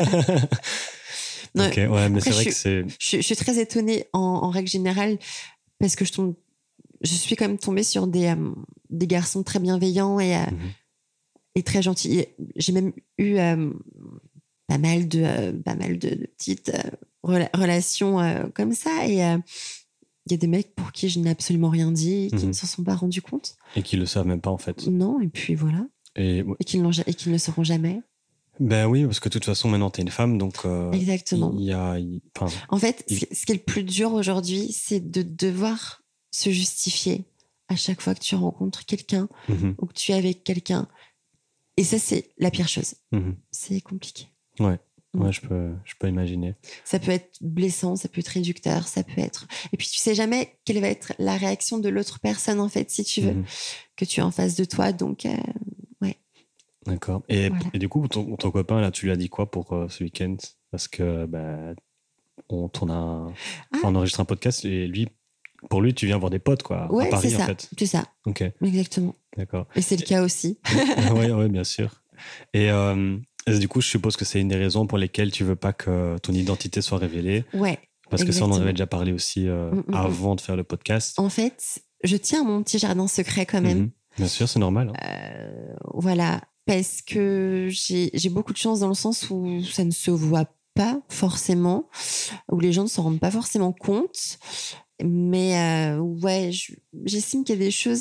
ouais, mais après, c'est vrai que c'est... Je suis très étonnée en règle générale parce que je suis quand même tombée sur des garçons très bienveillants et très gentils. J'ai même eu pas mal de petites relations comme ça. Et il y a des mecs pour qui je n'ai absolument rien dit, qui ne s'en sont pas rendus compte. Et qui le savent même pas, en fait. Non, et puis voilà. Et qui ne le sauront jamais. Ben oui, parce que de toute façon, maintenant, tu es une femme, donc... Exactement. En fait, ce qui est le plus dur aujourd'hui, c'est de devoir se justifier à chaque fois que tu rencontres quelqu'un ou que tu es avec quelqu'un. Et ça, c'est la pire chose. C'est compliqué. Ouais, je peux imaginer. Ça peut être blessant, ça peut être réducteur, ça peut être... Et puis, tu sais jamais quelle va être la réaction de l'autre personne, en fait, si tu veux, que tu es en face de toi. Donc, ouais. D'accord. Et du coup, ton copain, là, tu lui as dit quoi pour ce week-end? Parce que on enregistre un podcast et pour lui, tu viens voir des potes, quoi, à Paris, c'est ça, en fait. C'est ça. Ok. Exactement. D'accord. Et c'est le cas aussi. Oui, bien sûr. Et du coup, je suppose que c'est une des raisons pour lesquelles tu veux pas que ton identité soit révélée. Ouais. Parce que ça, on en avait déjà parlé aussi avant de faire le podcast. En fait, je tiens à mon petit jardin secret quand même. Bien sûr, c'est normal. Voilà. Parce que j'ai beaucoup de chance dans le sens où ça ne se voit pas forcément, où les gens ne s'en rendent pas forcément compte. Mais j'estime qu'il y a des choses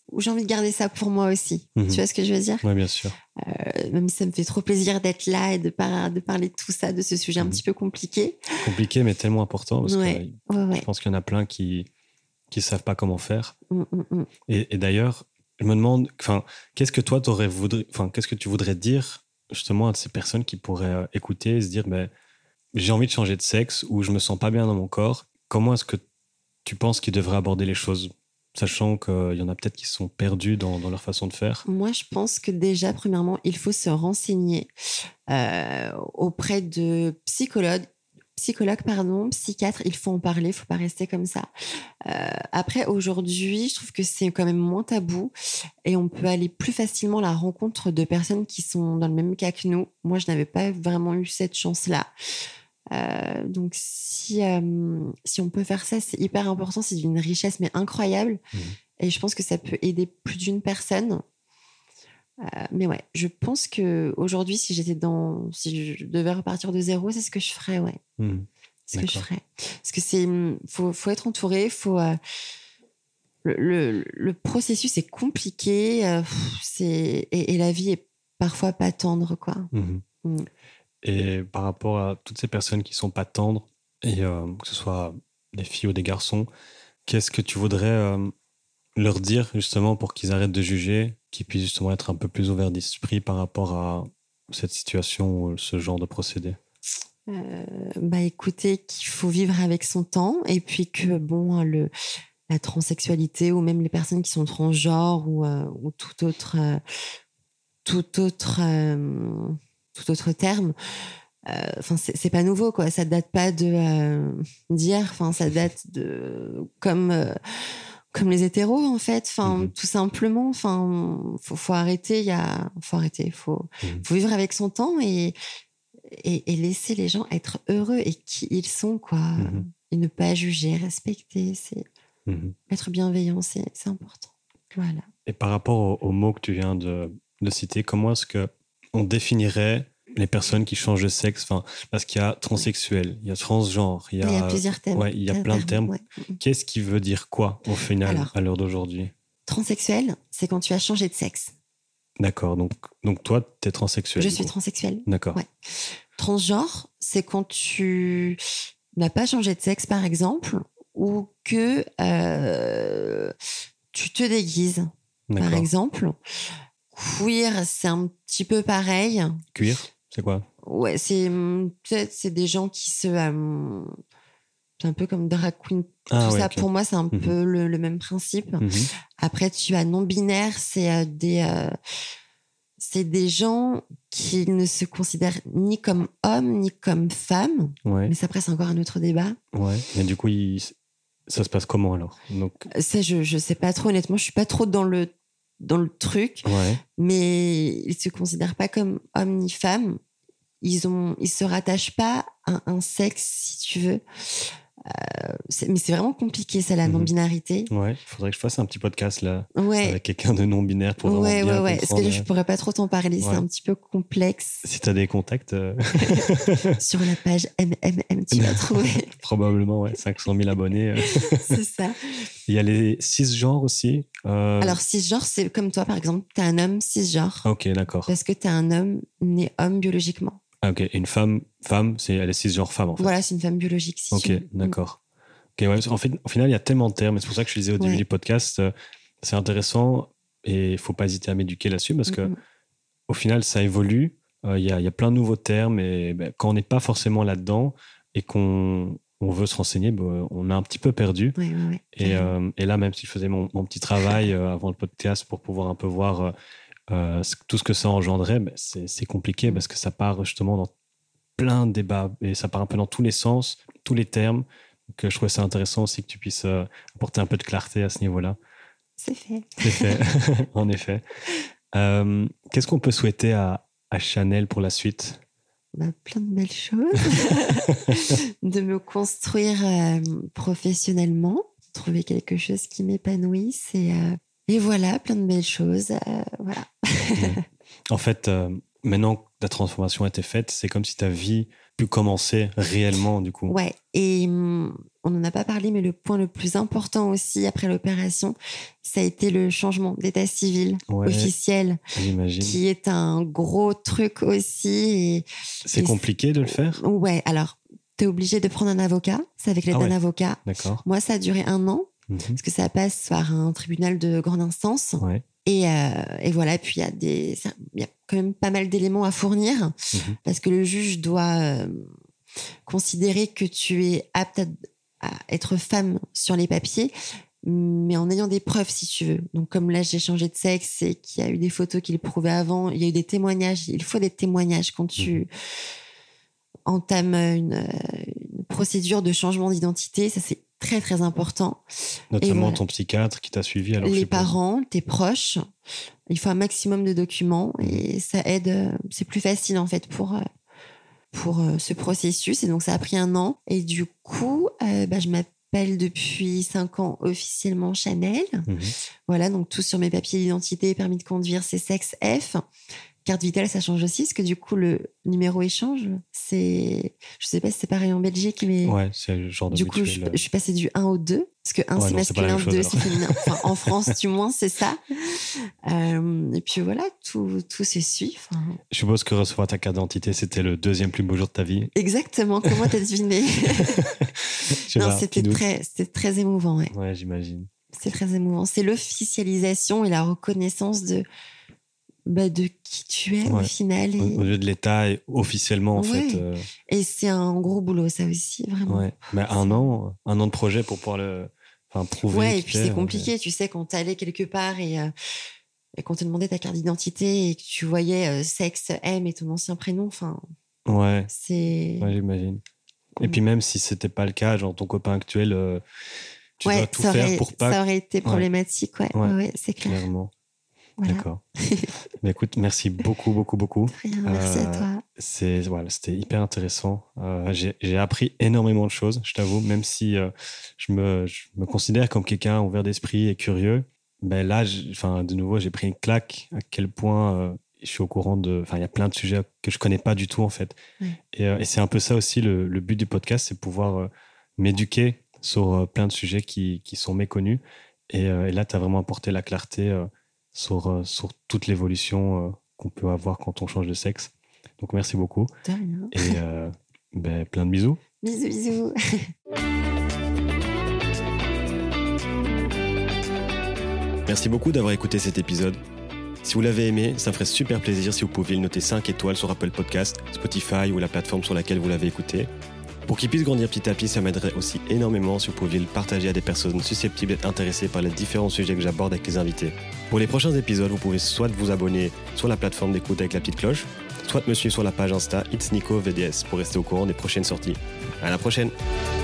où j'ai envie de garder ça pour moi aussi. Tu vois ce que je veux dire? Oui, bien sûr. Même si ça me fait trop plaisir d'être là et de parler de tout ça, de ce sujet un petit peu compliqué. Compliqué, mais tellement important parce que je pense qu'il y en a plein qui savent pas comment faire. Et d'ailleurs, je me demande, qu'est-ce que toi qu'est-ce que tu voudrais dire justement à ces personnes qui pourraient écouter et se dire, j'ai envie de changer de sexe ou je me sens pas bien dans mon corps. Comment est-ce que tu penses qu'ils devraient aborder les choses, sachant qu'il y en a peut-être qui sont perdus dans leur façon de faire? Moi, je pense que déjà, premièrement, il faut se renseigner auprès de psychologues, psychiatres. Il faut en parler, il faut pas rester comme ça. Après, aujourd'hui, je trouve que c'est quand même moins tabou et on peut aller plus facilement à la rencontre de personnes qui sont dans le même cas que nous. Moi, je n'avais pas vraiment eu cette chance-là. Donc, si on peut faire ça, c'est hyper important. C'est d'une richesse, mais incroyable. Et je pense que ça peut aider plus d'une personne. Mais ouais, je pense qu'aujourd'hui, si je devais repartir de zéro, c'est ce que je ferais, ouais. C'est ce que je ferais. Parce que faut être entouré, le processus est compliqué, et la vie est parfois pas tendre, quoi. Et par rapport à toutes ces personnes qui sont pas tendres, et que ce soit des filles ou des garçons, qu'est-ce que tu voudrais leur dire justement pour qu'ils arrêtent de juger, qu'ils puissent justement être un peu plus ouverts d'esprit par rapport à cette situation ou ce genre de procédé? Écoutez, qu'il faut vivre avec son temps et puis que la transsexualité ou même les personnes qui sont transgenres ou tout autre terme, c'est pas nouveau, quoi. Ça date pas d'hier, ça date de comme les hétéros, en fait, tout simplement. Faut arrêter, faut vivre avec son temps et laisser les gens être heureux et qui ils sont, quoi. Et ne pas juger, respecter, être bienveillant, c'est important. Voilà. Et par rapport aux mots que tu viens de citer, comment est-ce qu'on définirait les personnes qui changent de sexe? Parce qu'il y a transsexuel, il y a transgenre, il y a plusieurs termes. Ouais, il y a plein de termes. Ouais. Qu'est-ce qui veut dire quoi au final? À l'heure d'aujourd'hui? Transsexuel, c'est quand tu as changé de sexe. D'accord, donc toi, tu es transsexuel. Je suis transsexuelle. D'accord. Ouais. Transgenre, c'est quand tu n'as pas changé de sexe, par exemple, ou que tu te déguises, par exemple. Queer, c'est un petit peu pareil. Queer, c'est quoi? Ouais, c'est des gens qui se... c'est un peu comme drag queen. Tout ça, okay. Pour moi, c'est un peu le même principe. Après, tu as non-binaire, c'est des gens qui ne se considèrent ni comme hommes, ni comme femmes. Ouais. Mais ça, après, c'est encore un autre débat. Ouais, mais du coup, ça se passe comment, alors? Donc... Ça, je sais pas trop, honnêtement. Je suis pas trop dans le truc. Ouais. Mais ils se considèrent pas comme hommes ni femmes. Ils se rattachent pas à un sexe, si tu veux. Mais c'est vraiment compliqué, ça, la non-binarité. Ouais, il faudrait que je fasse un petit podcast là, avec quelqu'un de non-binaire pour vraiment bien comprendre. Parce que là, je pourrais pas trop t'en parler, c'est un petit peu complexe. Si t'as des contacts... Sur la page MMM, tu vas trouver. Probablement, 500 000 abonnés. C'est ça. Il y a les cisgenres aussi. Alors, cisgenre, c'est comme toi, par exemple, t'es un homme cisgenre. Ok, d'accord. Parce que t'es un homme né homme biologiquement. Ah, ok. Et une femme, elle est cisgenre femme, en fait. Voilà, c'est une femme biologique, si tu veux. D'accord. Ok, ouais, en fait, au final, il y a tellement de termes. C'est pour ça que je disais au début du podcast, c'est intéressant et il ne faut pas hésiter à m'éduquer là-dessus parce que au final, ça évolue. Il y a plein de nouveaux termes et quand on n'est pas forcément là-dedans et qu'on veut se renseigner, on est un petit peu perdu. Et là, même si je faisais mon petit travail avant le podcast pour pouvoir un peu voir... tout ce que ça engendrait, c'est compliqué parce que ça part justement dans plein de débats et ça part un peu dans tous les sens, tous les termes. Donc, je trouvais ça intéressant aussi que tu puisses apporter un peu de clarté à ce niveau-là. C'est fait. C'est fait, en effet. Qu'est-ce qu'on peut souhaiter à Chanel pour la suite? Plein de belles choses. De me construire professionnellement, trouver quelque chose qui m'épanouisse et voilà, plein de belles choses. Voilà. En fait, maintenant la transformation était faite, c'est comme si ta vie pu commencer réellement, du coup. Ouais, et on n'en a pas parlé, mais le point le plus important aussi après l'opération, ça a été le changement d'état civil officiel, j'imagine. Qui est un gros truc aussi. C'est compliqué de le faire ? Ouais, alors, tu es obligé de prendre un avocat, c'est avec l'aide d'un avocat. D'accord. Moi, ça a duré 1 an, parce que ça passe par un tribunal de grande instance. Ouais. Et voilà, puis il y a quand même pas mal d'éléments à fournir, parce que le juge doit considérer que tu es apte à être femme sur les papiers, mais en ayant des preuves, si tu veux. Donc, comme là, j'ai changé de sexe et qu'il y a eu des photos qui le prouvaient avant, il y a eu des témoignages. Il faut des témoignages quand tu entames une procédure de changement d'identité. Ça, c'est très, très important. Notamment ton psychiatre qui t'a suivi. Alors les parents, tes proches. Il faut un maximum de documents et ça aide. C'est plus facile, en fait, pour ce processus. Et donc, ça a pris 1 an. Et du coup, je m'appelle depuis 5 ans officiellement Chanel. Voilà, donc tout sur mes papiers d'identité, permis de conduire, c'est sexe F. Carte vitale, ça change aussi, parce que du coup, le numéro échange, je sais pas si c'est pareil en Belgique, mais. Ouais, c'est le genre de du coup, je suis passée du 1 au 2, parce que 1 c'est masculin, 2 c'est féminin. Enfin, en France, du moins, c'est ça. Et puis voilà, tout se suit. Je suppose que recevoir ta carte d'identité, c'était le 2e plus beau jour de ta vie. Exactement, comment t'as deviné? Non, c'était très émouvant. Ouais, j'imagine. C'est très émouvant. C'est l'officialisation et la reconnaissance de qui tu es au final. Au lieu de l'État, officiellement, en fait. Et c'est un gros boulot, ça aussi, vraiment. Ouais. Mais 1 an de projet pour pouvoir prouver. Ouais, et puis c'est compliqué, tu sais, quand t'allais quelque part et qu'on te demandait ta carte d'identité et que tu voyais sexe, M et ton ancien prénom, enfin. Ouais. Ouais, j'imagine. Et puis même si c'était pas le cas, genre ton copain actuel, tu dois tout faire pour pas. Ça aurait été problématique, ouais, c'est clair. Clairement. Voilà. D'accord. Mais écoute, merci beaucoup, beaucoup, beaucoup. Rien, merci à toi. C'était hyper intéressant. J'ai appris énormément de choses, je t'avoue, même si je me considère comme quelqu'un ouvert d'esprit et curieux. Ben là, de nouveau, j'ai pris une claque à quel point je suis au courant il y a plein de sujets que je connais pas du tout, en fait. Et c'est un peu ça aussi le but du podcast, c'est pouvoir m'éduquer sur plein de sujets qui sont méconnus. Et là, tu as vraiment apporté la clarté sur toute l'évolution qu'on peut avoir quand on change de sexe. Donc, merci beaucoup. De rien. Et plein de bisous. Bisous. Merci beaucoup d'avoir écouté cet épisode. Si vous l'avez aimé, ça me ferait super plaisir si vous pouviez le noter 5 étoiles sur Apple Podcast, Spotify ou la plateforme sur laquelle vous l'avez écouté. Pour qu'il puisse grandir petit à petit, ça m'aiderait aussi énormément si vous pouviez le partager à des personnes susceptibles d'être intéressées par les différents sujets que j'aborde avec les invités. Pour les prochains épisodes, vous pouvez soit vous abonner sur la plateforme d'écoute avec la petite cloche, soit me suivre sur la page Insta itsnicovds pour rester au courant des prochaines sorties. À la prochaine!